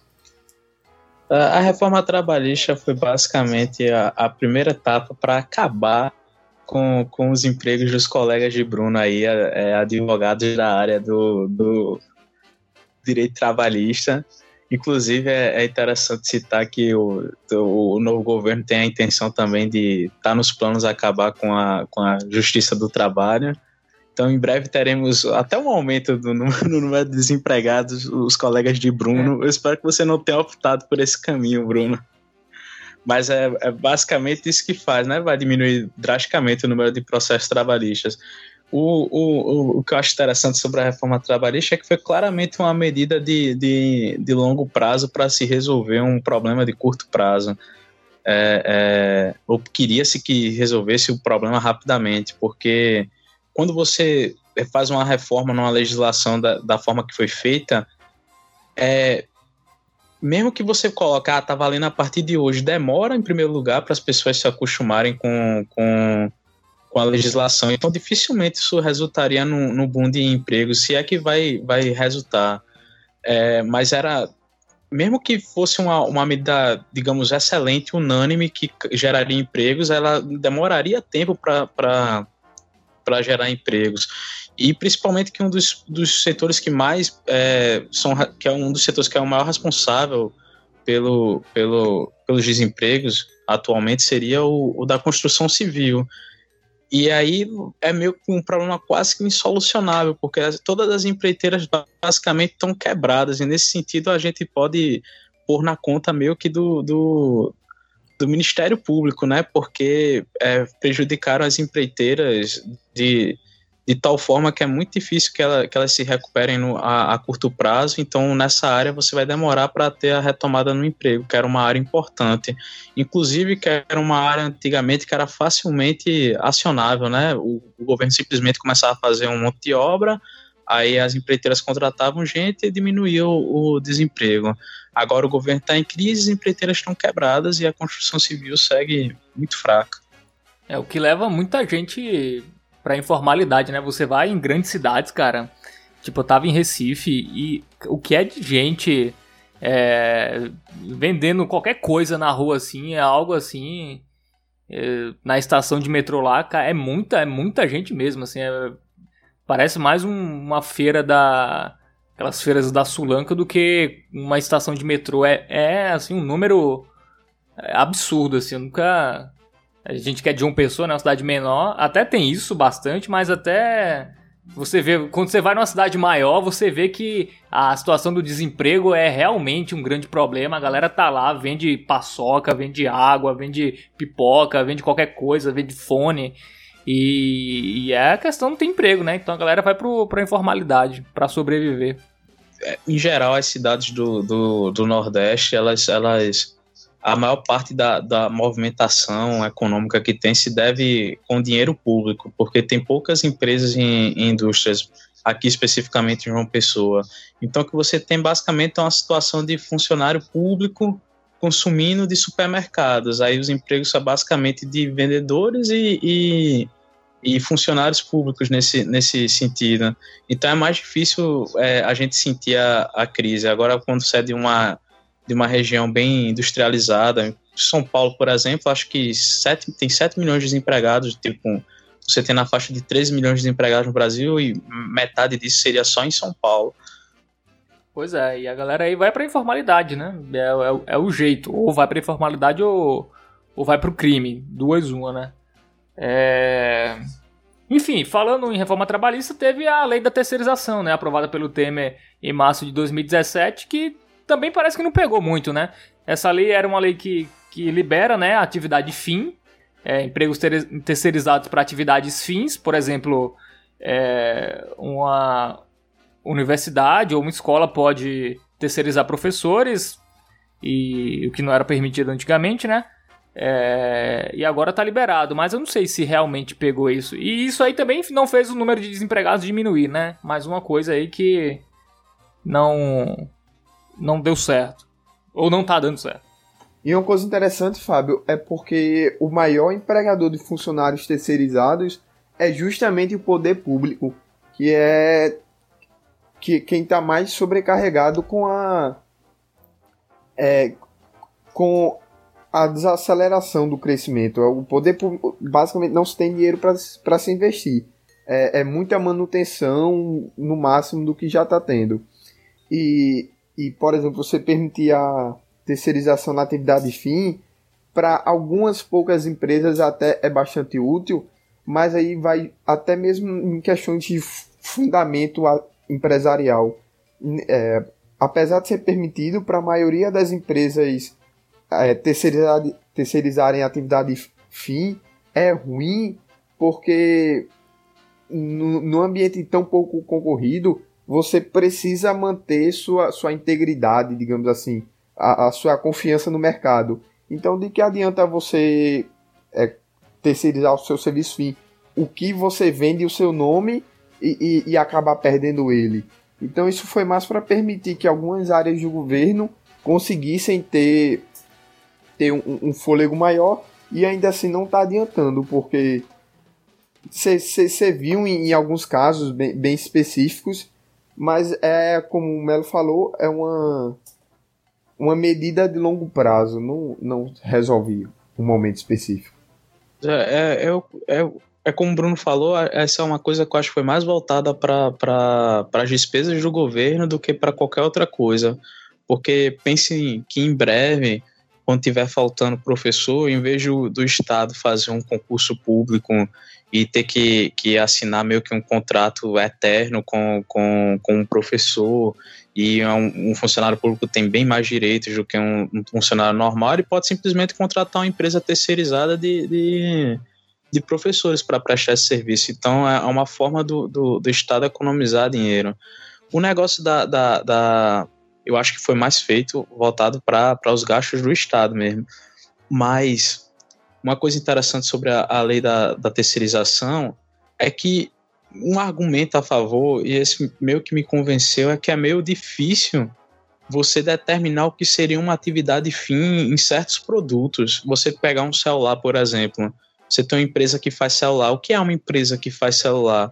A reforma trabalhista foi basicamente a, a primeira etapa para acabar com, com os empregos dos colegas de Bruno aí, é, advogados da área do, do direito trabalhista. Inclusive, é, é interessante citar que o, o, o novo governo tem a intenção também de estar tá nos planos acabar com a, com a justiça do trabalho. Então, em breve teremos até um aumento do número, no número de desempregados, os colegas de Bruno. É. Eu espero que você não tenha optado por esse caminho, Bruno. Mas é, é basicamente isso que faz, né? Vai diminuir drasticamente o número de processos trabalhistas. O, o, o que eu acho interessante sobre a reforma trabalhista é que foi claramente uma medida de, de, de longo prazo para se resolver um problema de curto prazo. É, é, ou queria-se que resolvesse o problema rapidamente, porque quando você faz uma reforma numa legislação da, da forma que foi feita, é, mesmo que você coloque, ah, tá valendo a partir de hoje, demora em primeiro lugar para as pessoas se acostumarem com, com com a legislação, então dificilmente isso resultaria no, no boom de empregos, se é que vai, vai resultar. É, mas era, mesmo que fosse uma, uma medida, digamos, excelente, unânime, que geraria empregos, ela demoraria tempo para gerar empregos. E principalmente que um dos, dos setores que mais, é, são, que é um dos setores que é o maior responsável pelo, pelo, pelos desempregos atualmente seria o, o da construção civil. E aí é meio que um problema quase que insolucionável, porque todas as empreiteiras basicamente estão quebradas, e nesse sentido a gente pode pôr na conta meio que do, do, do Ministério Público, né? Porque é, prejudicaram as empreiteiras de, de tal forma que é muito difícil que, ela, que elas se recuperem no, a, a curto prazo. Então nessa área você vai demorar para ter a retomada no emprego, que era uma área importante, inclusive que era uma área antigamente que era facilmente acionável, né? O, o governo simplesmente começava a fazer um monte de obra, aí as empreiteiras contratavam gente e diminuía o, o desemprego. Agora o governo está em crise, as empreiteiras estão quebradas e a construção civil segue muito fraca. É o que leva muita gente pra informalidade, né? Você vai em grandes cidades, cara. Tipo, eu tava em Recife e o que é de gente é, vendendo qualquer coisa na rua, assim, é algo assim. É, na estação de metrô lá, cara, é muita, é muita gente mesmo, assim. É, parece mais um, uma feira da. Aquelas feiras da Sulanca do que uma estação de metrô. É, é assim, um número absurdo, assim. Eu nunca. A gente que é de uma pessoa, né, uma cidade menor, até tem isso bastante, mas até você vê, quando você vai numa cidade maior, você vê que a situação do desemprego é realmente um grande problema. A galera tá lá, vende paçoca, vende água, vende pipoca, vende qualquer coisa, vende fone. E, e é a questão de ter emprego, né? Então a galera vai pro, pra informalidade, pra sobreviver. Em geral, as cidades do, do, do Nordeste, elas... elas... a maior parte da, da movimentação econômica que tem se deve com dinheiro público, porque tem poucas empresas em, em indústrias, aqui especificamente em João Pessoa. Então, que você tem basicamente uma situação de funcionário público consumindo de supermercados. Aí os empregos são basicamente de vendedores e, e, e funcionários públicos nesse, nesse sentido. Então, é mais difícil é, a gente sentir a, a crise. Agora, quando você é de uma de uma região bem industrializada, São Paulo, por exemplo, acho que sete, tem sete milhões de desempregados, tipo, você tem na faixa de treze milhões de desempregados no Brasil e metade disso seria só em São Paulo. Pois é, e a galera aí vai pra informalidade, né? É, é, é o jeito, ou vai pra informalidade ou, ou vai pro crime, duas uma, né? É... Enfim, falando em reforma trabalhista, teve a lei da terceirização, né? Aprovada pelo Temer em março de dois mil e dezessete, que também parece que não pegou muito, né? Essa lei era uma lei que, que libera, né, a atividade fim, é, empregos ter, terceirizados para atividades fins, por exemplo, é, uma universidade ou uma escola pode terceirizar professores, e o que não era permitido antigamente, né? É, e agora está liberado, mas eu não sei se realmente pegou isso. E isso aí também não fez o número de desempregados diminuir, né? Mais uma coisa aí que não... não deu certo. Ou não tá dando certo. E uma coisa interessante, Fábio, é porque o maior empregador de funcionários terceirizados é justamente o poder público, que é que, quem está mais sobrecarregado com a é, com a desaceleração do crescimento. O poder público, basicamente, não se tem dinheiro para se investir. É, é muita manutenção no máximo do que já está tendo. E E, por exemplo, você permitir a terceirização na atividade fim, para algumas poucas empresas até é bastante útil, mas aí vai até mesmo em questões de fundamento empresarial. É, apesar de ser permitido para a maioria das empresas é, terceirizar, terceirizarem a atividade fim, é ruim porque no, no ambiente tão pouco concorrido, você precisa manter sua, sua integridade, digamos assim, a, a sua confiança no mercado. Então, de que adianta você é, terceirizar o seu serviço fim? O que você vende o seu nome e, e, e acabar perdendo ele. Então, isso foi mais para permitir que algumas áreas do governo conseguissem ter, ter um, um fôlego maior, e ainda assim não está adiantando, porque você viu em, em alguns casos bem, bem específicos, mas é, como o Melo falou, é uma, uma medida de longo prazo, não, não resolve um momento específico. É, é, é, é como o Bruno falou, essa é uma coisa que eu acho que foi mais voltada para as despesas do governo do que para qualquer outra coisa, porque pense que em breve, quando tiver faltando professor, em vez do, do Estado fazer um concurso público e ter que, que assinar meio que um contrato eterno com, com, com um professor, e um, um funcionário público tem bem mais direitos do que um, um funcionário normal, ele pode simplesmente contratar uma empresa terceirizada de, de, de professores para prestar esse serviço. Então é uma forma do, do, do Estado economizar dinheiro. O negócio da... da, da eu acho que foi mais feito voltado para os gastos do Estado mesmo. Mas uma coisa interessante sobre a, a lei da, da terceirização é que um argumento a favor, e esse meio que me convenceu, é que é meio difícil você determinar o que seria uma atividade fim em certos produtos. Você pegar um celular, por exemplo, você tem uma empresa que faz celular. O que é uma empresa que faz celular?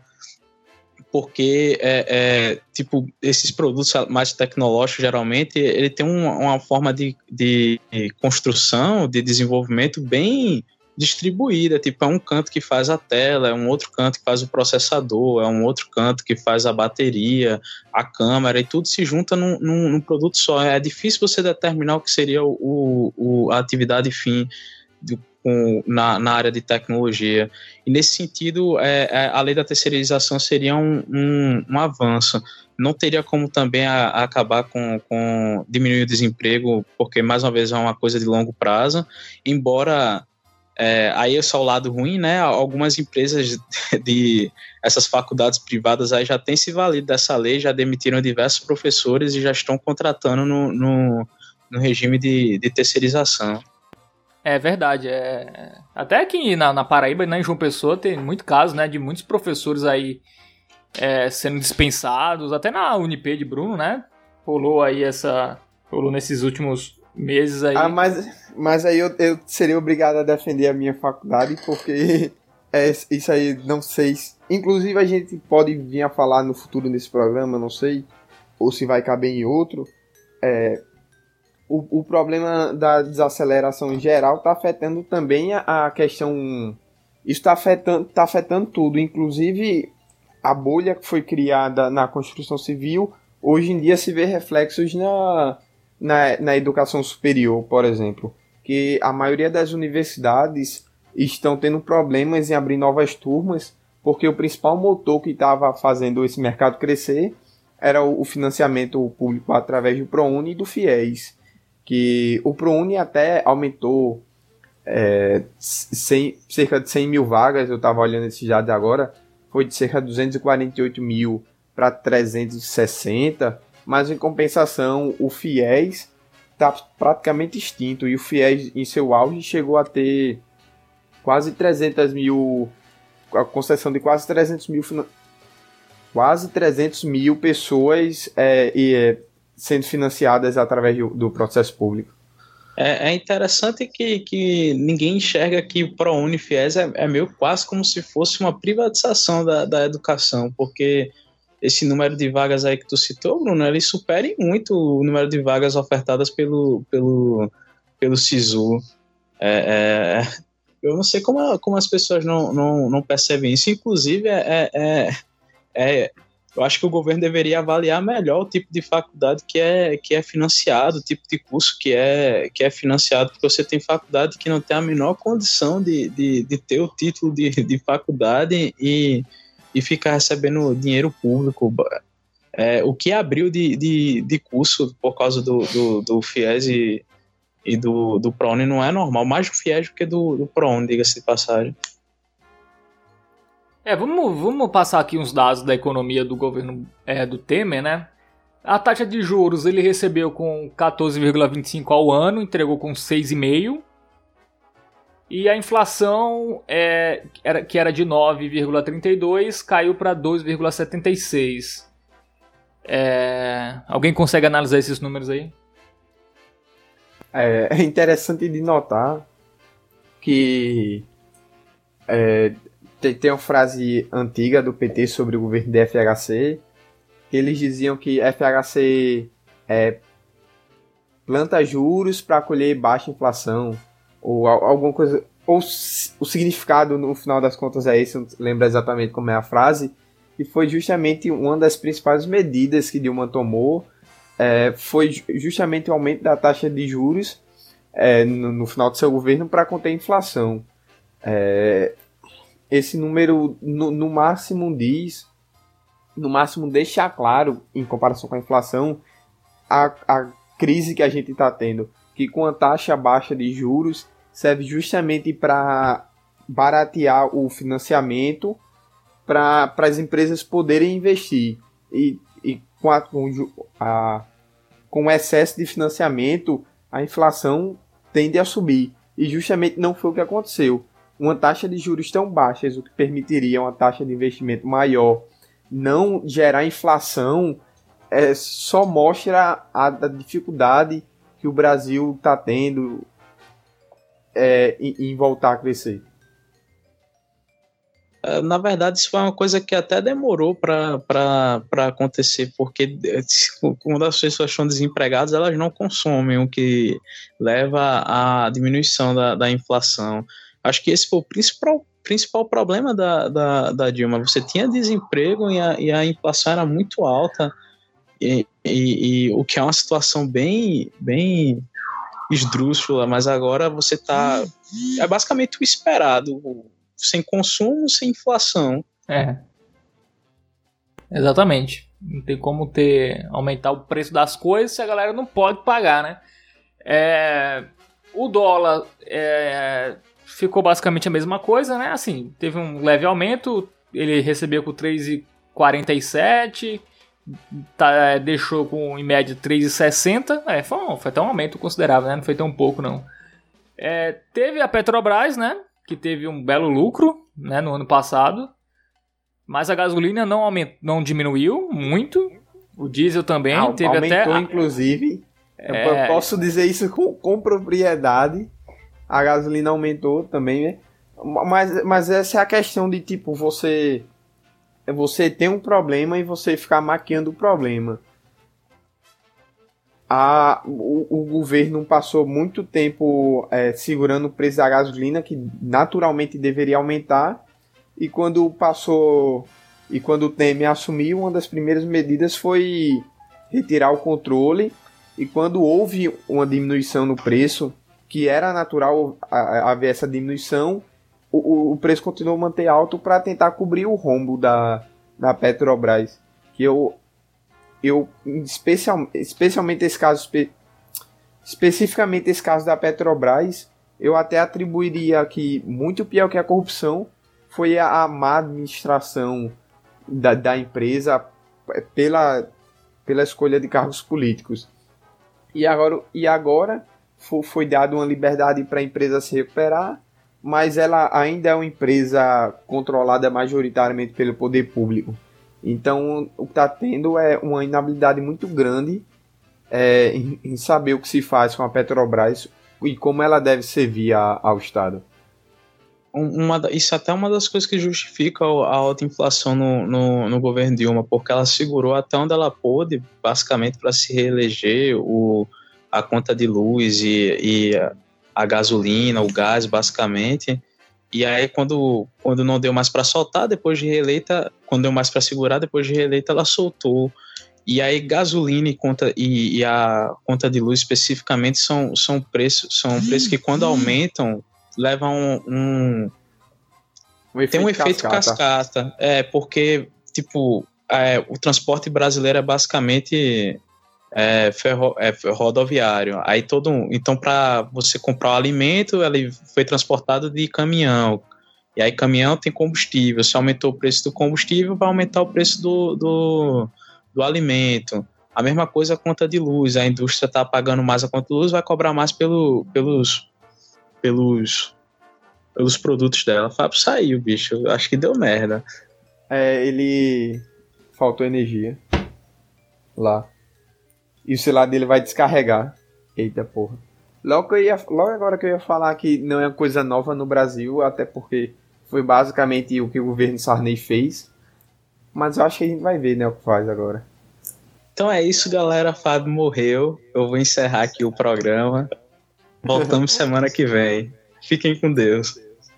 Porque é, é, tipo, esses produtos mais tecnológicos, geralmente, ele tem uma, uma forma de, de construção, de desenvolvimento bem distribuída. Tipo, é um canto que faz a tela, é um outro canto que faz o processador, é um outro canto que faz a bateria, a câmera, e tudo se junta num, num, num produto só. É difícil você determinar o que seria o, o, a atividade fim do Com, na, na área de tecnologia. E nesse sentido, é, é, a lei da terceirização seria um, um, um avanço. Não teria como também a, a acabar com, com diminuir o desemprego, porque, mais uma vez, é uma coisa de longo prazo, embora é, aí é só o lado ruim, né? Algumas empresas de, de essas faculdades privadas aí já têm se valido dessa lei, já demitiram diversos professores e já estão contratando no, no, no regime de, de terceirização. É verdade, é... até aqui na, na Paraíba, né, em João Pessoa, tem muito caso, né, de muitos professores aí é, sendo dispensados, até na Unip de Bruno, né, rolou aí essa, rolou nesses últimos meses aí. Ah, mas, mas aí eu, eu seria obrigado a defender a minha faculdade, porque é, isso aí, não sei, inclusive a gente pode vir a falar no futuro nesse programa, não sei, ou se vai caber em outro, é... O, o problema da desaceleração em geral está afetando também a, a questão... Isso está afetando, tá afetando tudo, inclusive a bolha que foi criada na construção civil, hoje em dia se vê reflexos na, na, na educação superior, por exemplo. Que a maioria das universidades estão tendo problemas em abrir novas turmas, porque o principal motor que estava fazendo esse mercado crescer era o, o financiamento público através do ProUni e do FIES. Que o ProUni até aumentou é, cem, cerca de cem mil vagas, eu estava olhando esses dados agora, foi de cerca de duzentos e quarenta e oito mil para trezentos e sessenta, mas em compensação o FIES está praticamente extinto, e o FIES em seu auge chegou a ter quase trezentos mil, a concessão de quase trezentos mil, quase trezentos mil pessoas é, e é, sendo financiadas através do, do processo público. É, é interessante que, que ninguém enxerga que o ProUni FIES é, é meio quase como se fosse uma privatização da, da educação, porque esse número de vagas aí que tu citou, Bruno, ele supera muito o número de vagas ofertadas pelo, pelo, pelo SISU. É, é, eu não sei como, como as pessoas não, não, não percebem isso. Inclusive, é, é, é eu acho que o governo deveria avaliar melhor o tipo de faculdade que é, que é financiado, o tipo de curso que é, que é financiado, porque você tem faculdade que não tem a menor condição de, de, de ter o título de, de faculdade e, e ficar recebendo dinheiro público. É, o que abriu de, de, de curso por causa do, do, do FIES e, e do, do ProUni não é normal, mais do FIES do que do, do ProUni, diga-se de passagem. É, vamos, vamos passar aqui uns dados da economia do governo é, do Temer, né? A taxa de juros ele recebeu com quatorze vírgula vinte e cinco ao ano, entregou com seis vírgula cinco. E a inflação, é, era, que era de nove vírgula trinta e dois, caiu para dois vírgula setenta e seis. É, alguém consegue analisar esses números aí? É, é interessante de notar que é, tem, tem uma frase antiga do P T sobre o governo de F H C, que eles diziam que F H C é, planta juros para colher baixa inflação, ou alguma coisa, ou o significado no final das contas é esse, eu não lembro exatamente como é a frase, e foi justamente uma das principais medidas que Dilma tomou, é, foi justamente o aumento da taxa de juros é, no, no final do seu governo para conter a inflação. É, esse número no, no máximo diz, no máximo deixa claro, em comparação com a inflação, a, a crise que a gente está tendo, que com a taxa baixa de juros serve justamente para baratear o financiamento para as empresas poderem investir. E, e com, a, com, a, com o excesso de financiamento, a inflação tende a subir. E justamente não foi o que aconteceu. Uma taxa de juros tão baixa, o que permitiria uma taxa de investimento maior, não gerar inflação, é, só mostra a, a dificuldade que o Brasil está tendo é, em, em voltar a crescer. Na verdade, isso foi uma coisa que até demorou para acontecer, porque quando as pessoas estão desempregadas, elas não consomem, o que leva à diminuição da, da inflação. Acho que esse foi o principal, principal problema da, da, da Dilma. Você tinha desemprego e a, e a inflação era muito alta, e, e, e o que é uma situação bem, bem esdrúxula, mas agora você está... É basicamente o esperado, sem consumo, sem inflação. É. Exatamente. Não tem como ter aumentar o preço das coisas se a galera não pode pagar, né? É, o dólar é, ficou basicamente a mesma coisa, né? Assim, teve um leve aumento, ele recebeu com três vírgula quarenta e sete, tá, deixou com em média três vírgula sessenta. É, foi, um, foi até um aumento considerável, né? Não foi tão pouco, não. É, teve a Petrobras, né? Que teve um belo lucro, né, no ano passado, mas a gasolina não, aumentou, não diminuiu muito, o diesel também ah, teve aumentou, até... inclusive, é... eu posso dizer isso com, com propriedade, a gasolina aumentou também, né? mas, mas essa é a questão de, tipo, você, você tem um problema e você ficar maquiando o problema. A, o, o governo passou muito tempo é, segurando o preço da gasolina, que naturalmente deveria aumentar, e quando passou e quando o Temer assumiu, uma das primeiras medidas foi retirar o controle, e quando houve uma diminuição no preço, que era natural haver essa diminuição, o, o preço continuou a manter alto para tentar cobrir o rombo da, da Petrobras, que eu Eu, especial, especialmente esse caso, espe, especificamente esse caso da Petrobras, eu até atribuiria que muito pior que a corrupção foi a, a má administração da, da empresa pela, pela escolha de cargos políticos. E agora, e agora foi, foi dada uma liberdade para a empresa se recuperar, mas ela ainda é uma empresa controlada majoritariamente pelo poder público. Então, o que está tendo é uma inabilidade muito grande é, em, em saber o que se faz com a Petrobras e como ela deve servir a, ao Estado. Uma, isso até é uma das coisas que justifica a alta inflação no, no, no governo Dilma, porque ela segurou até onde ela pôde, basicamente para se reeleger, o, a conta de luz e, e a, a gasolina, o gás, basicamente. E aí, quando, quando não deu mais para soltar, depois de reeleita, quando deu mais para segurar, depois de reeleita, ela soltou. E aí, gasolina e, conta, e, e a conta de luz, especificamente, são, são, preços, são preços que, quando aumentam, levam um... um tem um efeito cascata. cascata. É, porque, tipo, é, o transporte brasileiro é basicamente... É, ferro, é rodoviário. Aí todo, então, para você comprar o alimento, ele foi transportado de caminhão. E E aí caminhão tem combustível, se aumentou o preço do combustível, vai aumentar o preço do, do, do alimento. A mesma coisa a conta de luz, a indústria está pagando mais a conta de luz, vai cobrar mais pelo, pelos, pelos, pelos produtos dela. Fábio saiu, bicho, acho que deu merda. É, ele... faltou energia lá. E o celular dele vai descarregar. Eita porra. Logo, que eu ia, logo agora que eu ia falar que não é uma coisa nova no Brasil, até porque foi basicamente o que o governo Sarney fez. Mas eu acho que a gente vai ver, né, o que faz agora. Então é isso, galera. Fábio morreu. Eu vou encerrar aqui o programa. Voltamos semana que vem. Fiquem com Deus.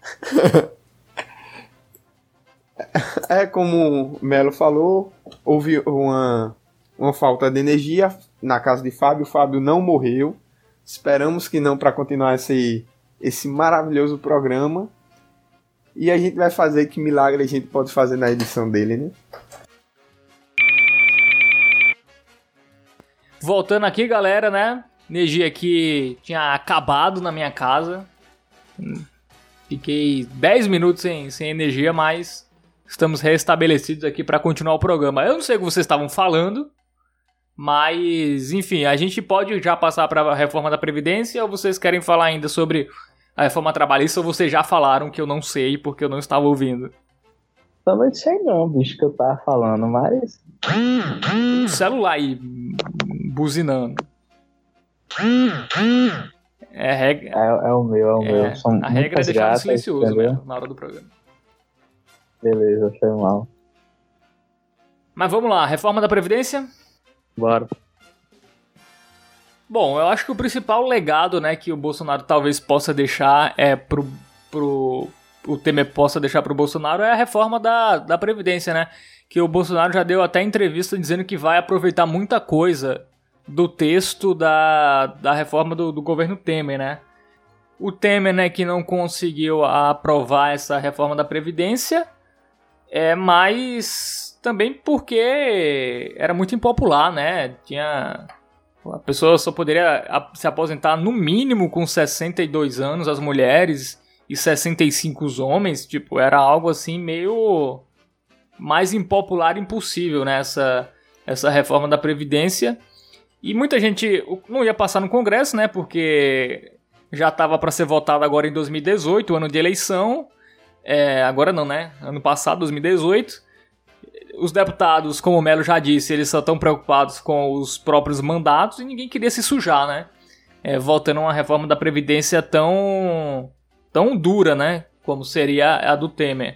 É como o Melo falou, houve uma, uma falta de energia na casa de Fábio. O Fábio não morreu. Esperamos que não, para continuar esse, esse maravilhoso programa. E a gente vai fazer que milagre a gente pode fazer na edição dele, né? Voltando aqui, galera, né? Energia aqui tinha acabado na minha casa. Fiquei dez minutos sem, sem energia, mas estamos restabelecidos aqui para continuar o programa. Eu não sei o que vocês estavam falando, mas, enfim, a gente pode já passar para a reforma da Previdência ou vocês querem falar ainda sobre a reforma trabalhista ou vocês já falaram que eu não sei porque eu não estava ouvindo? Também sei não, bicho, que eu tava falando, mas... Um celular aí buzinando. É, reg... é, é o meu, é o é, meu. São a regra é deixar gatas, silencioso, entendeu? né, na hora do programa. Beleza, foi mal. Mas vamos lá, reforma da Previdência? Bora. Bom, eu acho que o principal legado, né, que o Bolsonaro talvez possa deixar é pro... pro o Temer possa deixar pro Bolsonaro é a reforma da, da Previdência, né? Que o Bolsonaro já deu até entrevista dizendo que vai aproveitar muita coisa do texto da, da reforma do, do governo Temer, né? O Temer, né, que não conseguiu aprovar essa reforma da Previdência, é, mas também porque era muito impopular, né? Tinha... A pessoa só poderia se aposentar no mínimo com sessenta e dois anos, as mulheres, e sessenta e cinco os homens. Tipo, era algo assim meio mais impopular impossível, né? Essa, essa reforma da Previdência. E muita gente não ia passar no Congresso, né? Porque já estava para ser votado agora em dois mil e dezoito, ano de eleição. É, agora não, né? Ano passado, dois mil e dezoito. Os deputados, como o Melo já disse, eles só estão preocupados com os próprios mandatos e ninguém queria se sujar, né? É, votando uma reforma da Previdência tão, tão dura, né? Como seria a do Temer.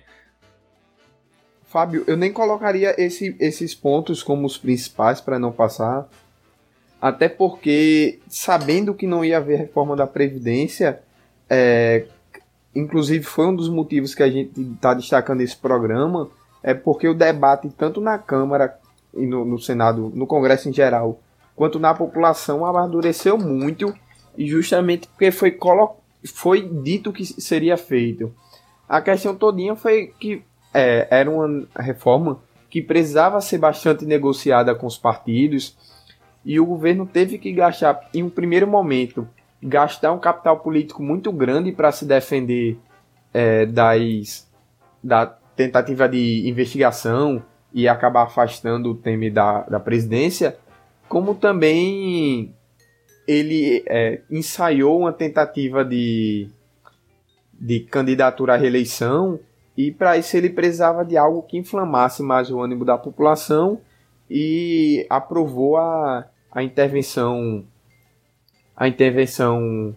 Fábio, eu nem colocaria esse, esses pontos como os principais para não passar. Até porque, sabendo que não ia haver reforma da Previdência, é, inclusive foi um dos motivos que a gente está destacando esse programa, é porque o debate, tanto na Câmara e no, no Senado, no Congresso em geral, quanto na população, amadureceu muito, e justamente porque foi, colo- foi dito que seria feito. A questão todinha foi que é, era uma reforma que precisava ser bastante negociada com os partidos, e o governo teve que gastar, em um primeiro momento, gastar um capital político muito grande para se defender é, das, da tentativa de investigação e acabar afastando o Temer da, da presidência, como também ele é, ensaiou uma tentativa de, de candidatura à reeleição, e para isso ele precisava de algo que inflamasse mais o ânimo da população, e aprovou a a intervenção a intervenção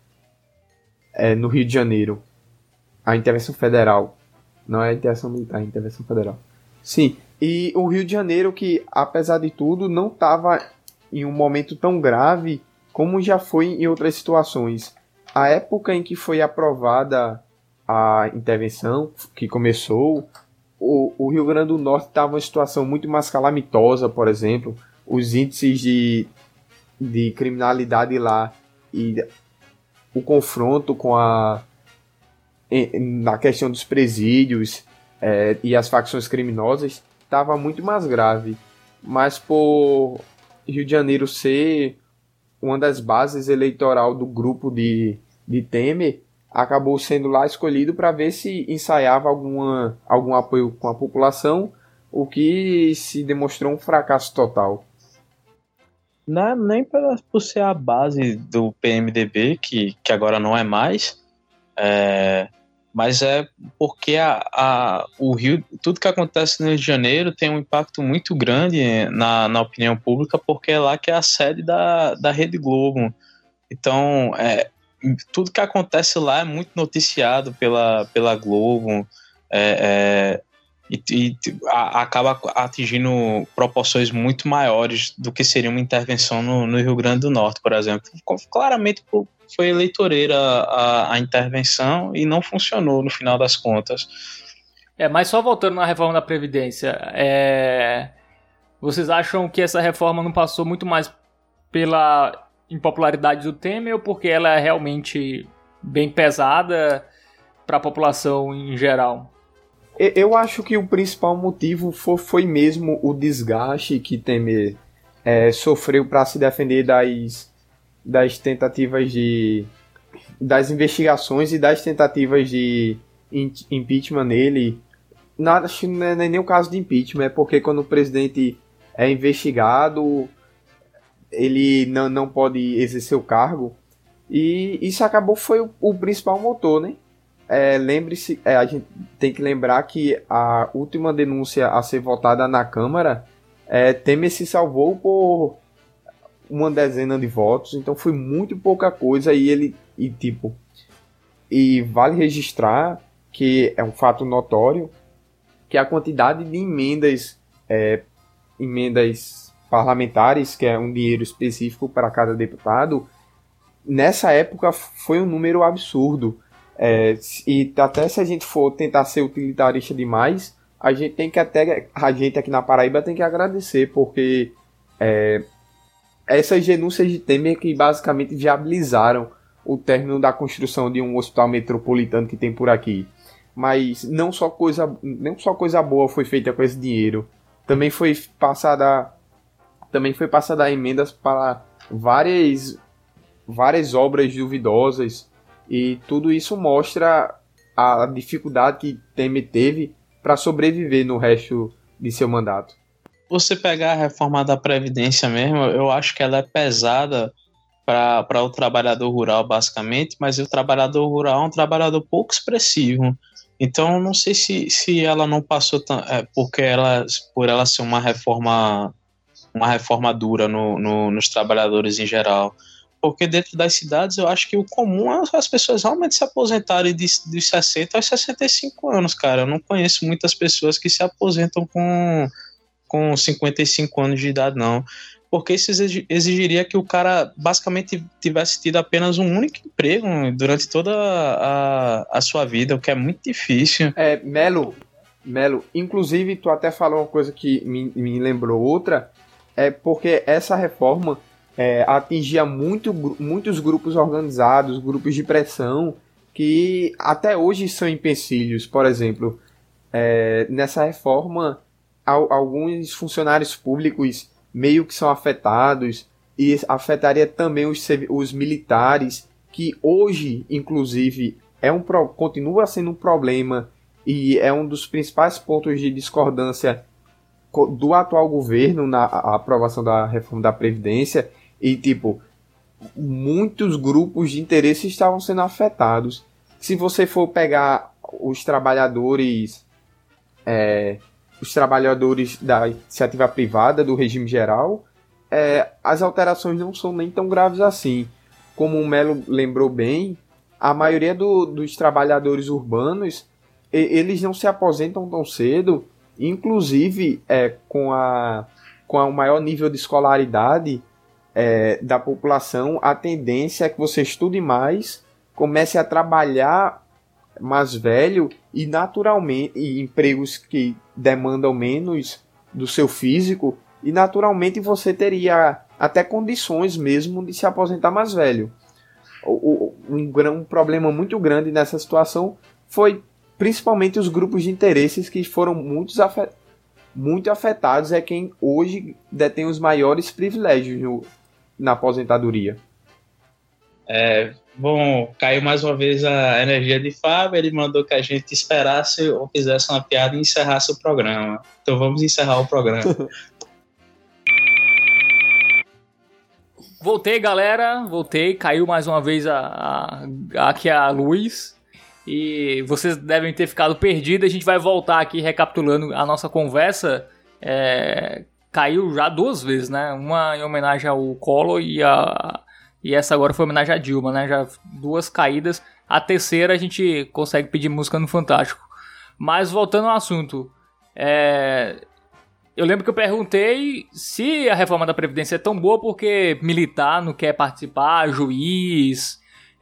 é, no Rio de Janeiro, a intervenção federal, não é a intervenção militar, é a intervenção federal. Sim, e o Rio de Janeiro, que apesar de tudo não estava em um momento tão grave como já foi em outras situações. A época em que foi aprovada a intervenção, que começou, o, o Rio Grande do Norte estava em uma situação muito mais calamitosa, por exemplo. Os índices de, de criminalidade lá e o confronto com a na questão dos presídios é, e as facções criminosas estava muito mais grave. Mas por Rio de Janeiro ser uma das bases eleitoral do grupo de, de Temer, acabou sendo lá escolhido para ver se ensaiava alguma, algum apoio com a população, o que se demonstrou um fracasso total. Não é nem pra, por ser a base do P M D B, que, que agora não é mais, é, mas é porque a, a, o Rio, tudo que acontece no Rio de Janeiro tem um impacto muito grande na, na opinião pública, porque é lá que é a sede da, da Rede Globo. Então, é, tudo que acontece lá é muito noticiado pela, pela Globo, é, é, e, e a, acaba atingindo proporções muito maiores do que seria uma intervenção no, no Rio Grande do Norte, por exemplo. Claramente foi eleitoreira a, a intervenção e não funcionou no final das contas. É, mas só voltando na reforma da Previdência, é, vocês acham que essa reforma não passou muito mais pela impopularidade do Temer ou porque ela é realmente bem pesada para a população em geral? Eu acho que o principal motivo foi, foi mesmo o desgaste que Temer é, sofreu para se defender das, das tentativas de... das investigações e das tentativas de impeachment nele. Nada, acho que não é nem o caso de impeachment, é porque quando o presidente é investigado, ele não, não pode exercer o cargo, e isso acabou foi o, o principal motor, né? É, lembre-se, é, a gente tem que lembrar que a última denúncia a ser votada na Câmara, é, Temer se salvou por uma dezena de votos, então foi muito pouca coisa, e ele, e tipo, e vale registrar que é um fato notório, que a quantidade de emendas, é, emendas parlamentares, que é um dinheiro específico para cada deputado, nessa época foi um número absurdo. É, e até se a gente for tentar ser utilitarista demais, a gente tem que até, a gente aqui na Paraíba tem que agradecer, porque é, essas denúncias de Temer que basicamente viabilizaram o término da construção de um hospital metropolitano que tem por aqui. Mas não só coisa, não só coisa boa foi feita com esse dinheiro, também foi passada também foi passada emendas para várias, várias obras duvidosas, e tudo isso mostra a dificuldade que Temer teve para sobreviver no resto de seu mandato. Você pegar a reforma da Previdência mesmo, eu acho que ela é pesada para o trabalhador rural, basicamente, mas o trabalhador rural é um trabalhador pouco expressivo. Então, não sei se, se ela não passou tão, é, porque ela, por ela ser uma reforma uma reforma dura no, no, nos trabalhadores em geral, porque dentro das cidades eu acho que o comum é as pessoas realmente se aposentarem de, de sessenta aos sessenta e cinco anos, cara. Eu não conheço muitas pessoas que se aposentam com, com cinquenta e cinco anos de idade, não, porque isso exigiria que o cara basicamente tivesse tido apenas um único emprego durante toda a, a sua vida, o que é muito difícil. É, Melo, Melo, inclusive tu até falou uma coisa que me, me lembrou outra, é porque essa reforma é, atingia muito, muitos grupos organizados, grupos de pressão, que até hoje são empecilhos. Por exemplo, é, nessa reforma, alguns funcionários públicos meio que são afetados, e afetaria também os, os militares, que hoje, inclusive, é um, continua sendo um problema, e é um dos principais pontos de discordância do atual governo na aprovação da reforma da Previdência, e tipo, muitos grupos de interesse estavam sendo afetados. Se você for pegar os trabalhadores é, os trabalhadores da iniciativa privada, do regime geral, é, as alterações não são nem tão graves assim. Como o Melo lembrou bem, a maioria do, dos trabalhadores urbanos, e, eles não se aposentam tão cedo. Inclusive, é, com, a, com o maior nível de escolaridade é, da população, a tendência é que você estude mais, comece a trabalhar mais velho, e naturalmente, e empregos que demandam menos do seu físico, e naturalmente você teria até condições mesmo de se aposentar mais velho. O, o, um, um problema muito grande nessa situação foi principalmente os grupos de interesses que foram muito, afet, muito afetados, é quem hoje detém os maiores privilégios no, na aposentadoria. É, bom, caiu mais uma vez a energia de Fábio, ele mandou que a gente esperasse ou fizesse uma piada e encerrasse o programa. Então vamos encerrar o programa. Voltei, galera, voltei, caiu mais uma vez a, a, aqui a luz e vocês devem ter ficado perdidos. A gente vai voltar aqui recapitulando a nossa conversa. É, caiu já duas vezes, né? Uma em homenagem ao Collor e, a, e essa agora foi em homenagem a Dilma, né? Já duas caídas. A terceira a gente consegue pedir música no Fantástico. Mas voltando ao assunto, é... eu lembro que eu perguntei se a reforma da Previdência é tão boa porque militar não quer participar, juiz,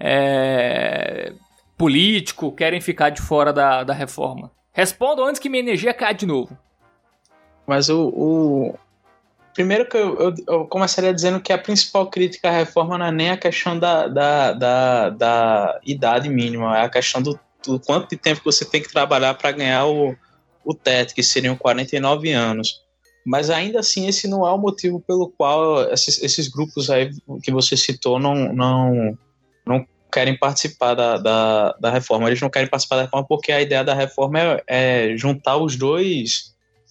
é, político querem ficar de fora da, da reforma. Respondam antes que minha energia caia de novo. Mas o... o... Primeiro que eu, eu, eu começaria dizendo que a principal crítica à reforma não é nem a questão da, da, da, da idade mínima, é a questão do, do quanto de tempo você tem que trabalhar para ganhar o, o teto, que seriam quarenta e nove anos. Mas ainda assim esse não é o motivo pelo qual esses, esses grupos aí que você citou não, não, não querem participar da, da, da reforma. Eles não querem participar da reforma porque a ideia da reforma é, é juntar os dois,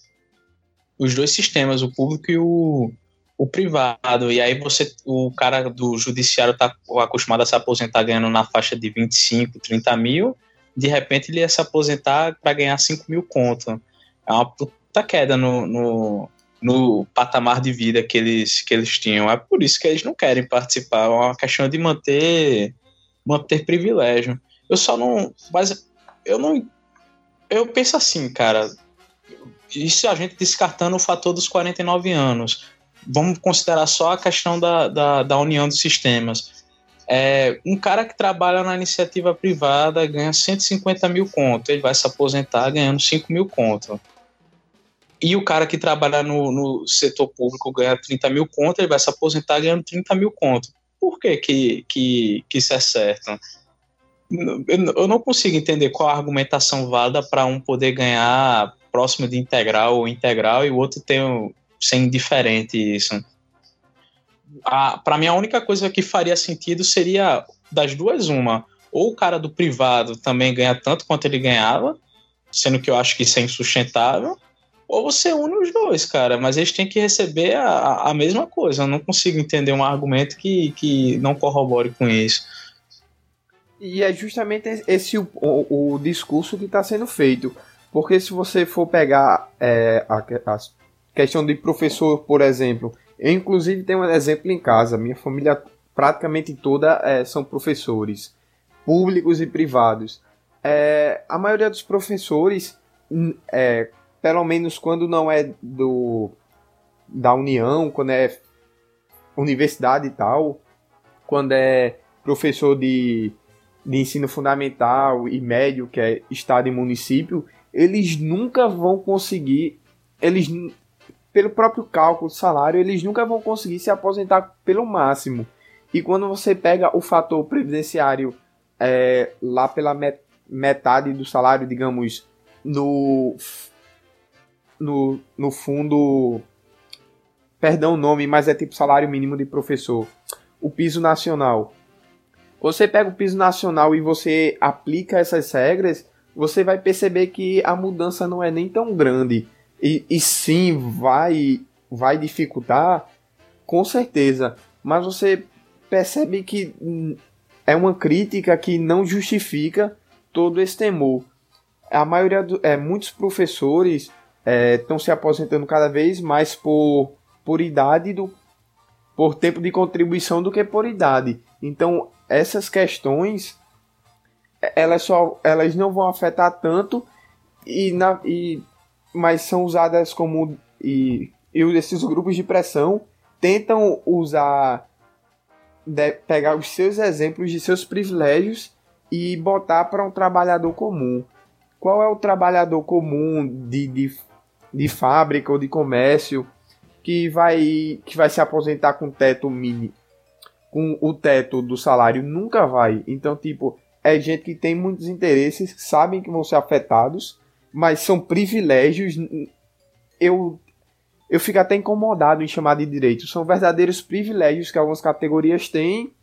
os dois sistemas, o público e o, o privado. E aí você, o cara do judiciário está acostumado a se aposentar ganhando na faixa de vinte e cinco, trinta mil, de repente ele ia se aposentar para ganhar cinco mil conto. É uma puta queda no, no, no patamar de vida que eles, que eles tinham. É por isso que eles não querem participar. É uma questão de manter, manter privilégio. Eu só não... Mas eu não... Eu penso assim, cara... Isso a gente descartando o fator dos quarenta e nove anos. Vamos considerar só a questão da, da, da união dos sistemas. É, um cara que trabalha na iniciativa privada ganha cento e cinquenta mil conto. Ele vai se aposentar ganhando cinco mil conto. E o cara que trabalha no, no setor público ganha trinta mil conto, ele vai se aposentar ganhando trinta mil conto. Por que que, que, que isso é certo? Eu, eu não consigo entender qual a argumentação válida para um poder ganhar próximo de integral ou integral e o outro tem, ser indiferente isso. Para mim, a única coisa que faria sentido seria das duas uma. Ou o cara do privado também ganha tanto quanto ele ganhava, sendo que eu acho que isso é insustentável, ou você une os dois, cara, mas eles têm que receber a, a mesma coisa. Eu não consigo entender um argumento que, que não corrobore com isso. E é justamente esse o, o, o discurso que está sendo feito. Porque se você for pegar é, a, a questão de professor, por exemplo, eu inclusive tenho um exemplo em casa. Minha família praticamente toda é, são professores, públicos e privados. É, a maioria dos professores, é, pelo menos quando não é do, da União, quando é universidade e tal, quando é professor de, de ensino fundamental e médio, que é estado e município, eles nunca vão conseguir, eles, pelo próprio cálculo do salário, eles nunca vão conseguir se aposentar pelo máximo. E quando você pega o fator previdenciário é, lá pela metade do salário, digamos, no, no, no fundo, perdão o nome, mas é tipo salário mínimo de professor, o piso nacional. Você pega o piso nacional e você aplica essas regras, você vai perceber que a mudança não é nem tão grande. E, e sim, vai, vai dificultar, com certeza. Mas você percebe que é uma crítica que não justifica todo esse temor. A maioria, do, é, muitos professores estão é, se aposentando cada vez mais por, por idade, do, por tempo de contribuição do que por idade. Então, essas questões... Elas, só, elas não vão afetar tanto, e na, e, mas são usadas como... E, e esses grupos de pressão tentam usar... De, pegar os seus exemplos de seus privilégios e botar para um trabalhador comum. Qual é o trabalhador comum de, de, de fábrica ou de comércio que vai, que vai se aposentar com teto mínimo, com o teto do salário? Nunca vai. Então, tipo... É gente que tem muitos interesses, sabem que vão ser afetados, mas são privilégios. Eu, eu fico até incomodado em chamar de direitos. São verdadeiros privilégios que algumas categorias têm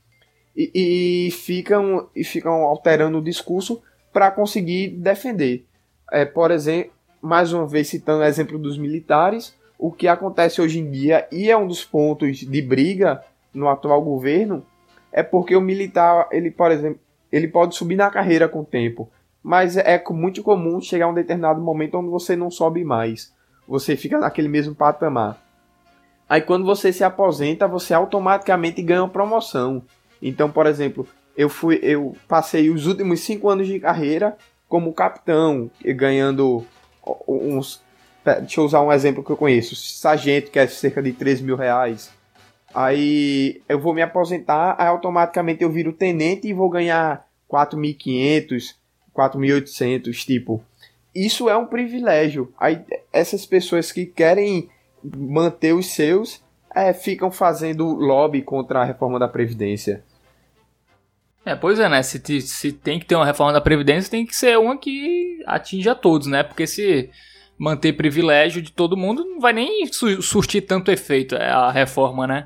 e, e, ficam, e ficam alterando o discurso para conseguir defender. É, por exemplo, mais uma vez citando o exemplo dos militares, o que acontece hoje em dia, e é um dos pontos de briga no atual governo, é porque o militar, ele, por exemplo, ele pode subir na carreira com o tempo, mas é muito comum chegar a um determinado momento onde você não sobe mais. Você fica naquele mesmo patamar. Aí quando você se aposenta, você automaticamente ganha uma promoção. Então, por exemplo, eu, fui, eu passei os últimos cinco anos de carreira como capitão, ganhando uns... Deixa eu usar um exemplo que eu conheço. Sargento, que é cerca de três mil reais. Aí eu vou me aposentar, aí automaticamente eu viro tenente e vou ganhar quatro mil e quinhentos, quatro mil e oitocentos, tipo. Isso é um privilégio. Aí essas pessoas que querem manter os seus é, ficam fazendo lobby contra a reforma da Previdência. É, pois é, né? Se, se tem que ter uma reforma da Previdência, tem que ser uma que atinja todos, né? Porque se manter privilégio de todo mundo, não vai nem surtir tanto efeito a reforma, né?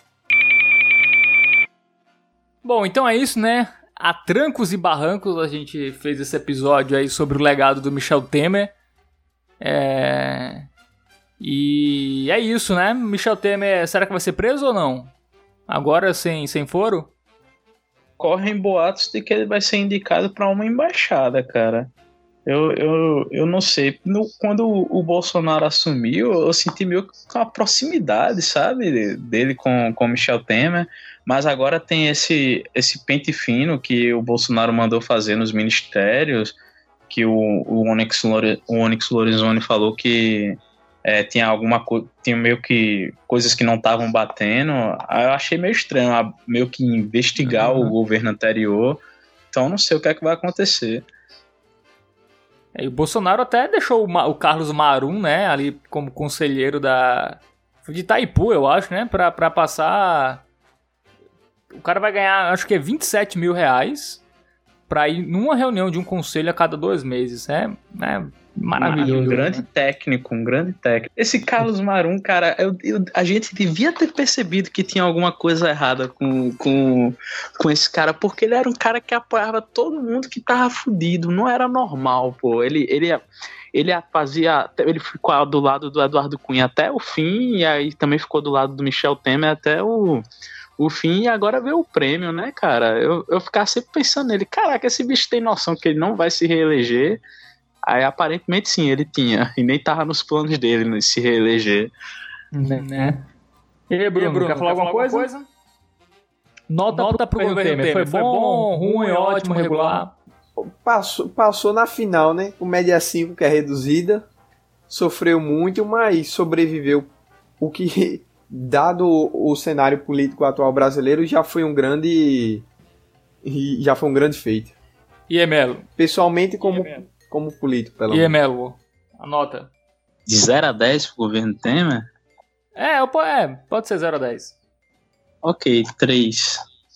Bom, então é isso, né? A trancos e barrancos a gente fez esse episódio aí sobre o legado do Michel Temer. É... E é isso, né? Michel Temer, será que vai ser preso ou não? Agora sem, sem foro? Correm boatos de que ele vai ser indicado para uma embaixada, cara. Eu, eu, eu não sei. No, quando o Bolsonaro assumiu, eu senti meio que uma proximidade, sabe? Dele com o Michel Temer. Mas agora tem esse, esse pente fino que o Bolsonaro mandou fazer nos ministérios, que o, o, Onyx, Lore, o Onyx Lorenzoni falou que é, tinha alguma coisa, tinha meio que coisas que não estavam batendo. Aí eu achei meio estranho, meio que investigar uhum. o governo anterior. Então não sei o que é que vai acontecer. E o Bolsonaro até deixou o, o Carlos Marum, né, ali como conselheiro da de Itaipu, eu acho, né, pra, pra passar... O cara vai ganhar, acho que é vinte e sete mil reais pra ir numa reunião de um conselho a cada dois meses. É, é maravilhoso. Um grande né? técnico, um grande técnico. Esse Carlos Marum, cara, eu, eu, a gente devia ter percebido que tinha alguma coisa errada com, com, com esse cara, porque ele era um cara que apoiava todo mundo que tava fudido. Não era normal, pô. Ele, ele, ele fazia. Ele ficou do lado do Eduardo Cunha até o fim, e aí também ficou do lado do Michel Temer até o. O fim, e agora veio o prêmio, né, cara? Eu, eu ficava sempre pensando nele, caraca, esse bicho tem noção que ele não vai se reeleger. Aí aparentemente sim, ele tinha, e nem tava nos planos dele né, se reeleger. Né? E aí, Bruno, e aí, Bruno quer falar alguma coisa? coisa? Nota, Nota pro, pro governo Temer. Temer. Foi, Foi bom, ruim, ótimo, regular. Passou, passou na final, né? Com média cinco, que é reduzida. Sofreu muito, mas sobreviveu. O que... Dado o cenário político atual brasileiro, já foi um grande já foi um grande feito. E Emelo? Pessoalmente, como, como político, pelo menos. E Emelo? Anota. De zero a dez pro governo Temer? É, é pode ser zero a dez. Ok, três.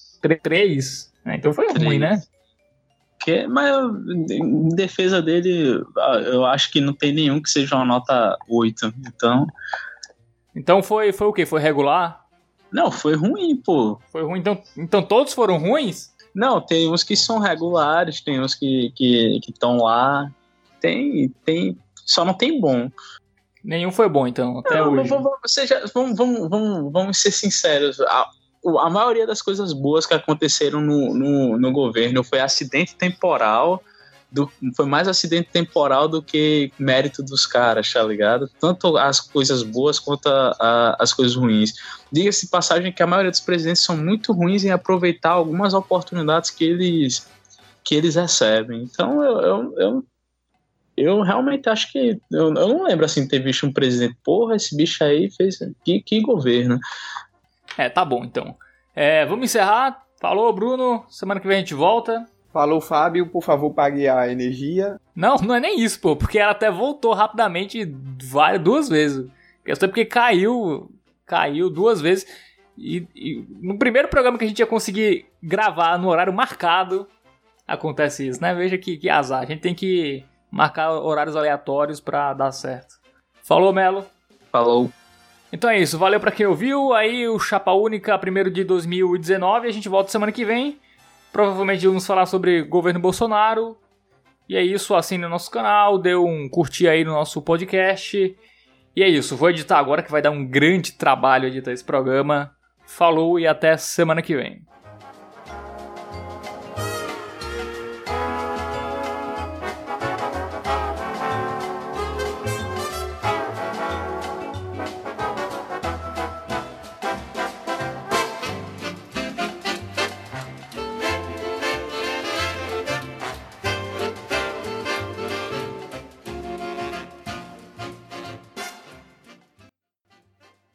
três? É, então foi três. Ruim, né? Que, mas eu, em defesa dele, eu acho que não tem nenhum que seja uma nota oito. Então... Então foi, foi o quê? Foi regular? Não, foi ruim, pô. Foi ruim. Então, então todos foram ruins? Não, tem uns que são regulares, tem uns que que estão lá. Tem, tem. Só não tem bom. Nenhum foi bom, então, até não, hoje. Vamos, seja, vamos, vamos, vamos, vamos ser sinceros. A, a maioria das coisas boas que aconteceram no, no, no governo foi acidente temporal. Do, foi mais acidente temporal do que mérito dos caras, tá ligado? Tanto as coisas boas quanto a, a, as coisas ruins. Diga-se passagem que a maioria dos presidentes são muito ruins em aproveitar algumas oportunidades que eles, que eles recebem. Então eu, eu, eu, eu realmente acho que eu, eu não lembro assim de ter visto um presidente, porra, esse bicho aí fez que, que governo. É, tá bom então. É, vamos encerrar. Falou, Bruno. Semana que vem a gente volta. Falou, Fábio, por favor, pague a energia. Não, não é nem isso, pô, porque ela até voltou rapidamente várias, duas vezes. Eu sei porque caiu, caiu duas vezes. E, e no primeiro programa que a gente ia conseguir gravar no horário marcado, acontece isso, né? Veja que, que azar. A gente tem que marcar horários aleatórios pra dar certo. Falou, Melo. Falou. Então é isso, valeu pra quem ouviu. Aí o Chapa Única, primeiro de dois mil e dezenove. A gente volta semana que vem. Provavelmente vamos falar sobre governo Bolsonaro. E é isso, assine o nosso canal, dê um curtir aí no nosso podcast. E é isso, vou editar agora que vai dar um grande trabalho editar esse programa. Falou e até semana que vem.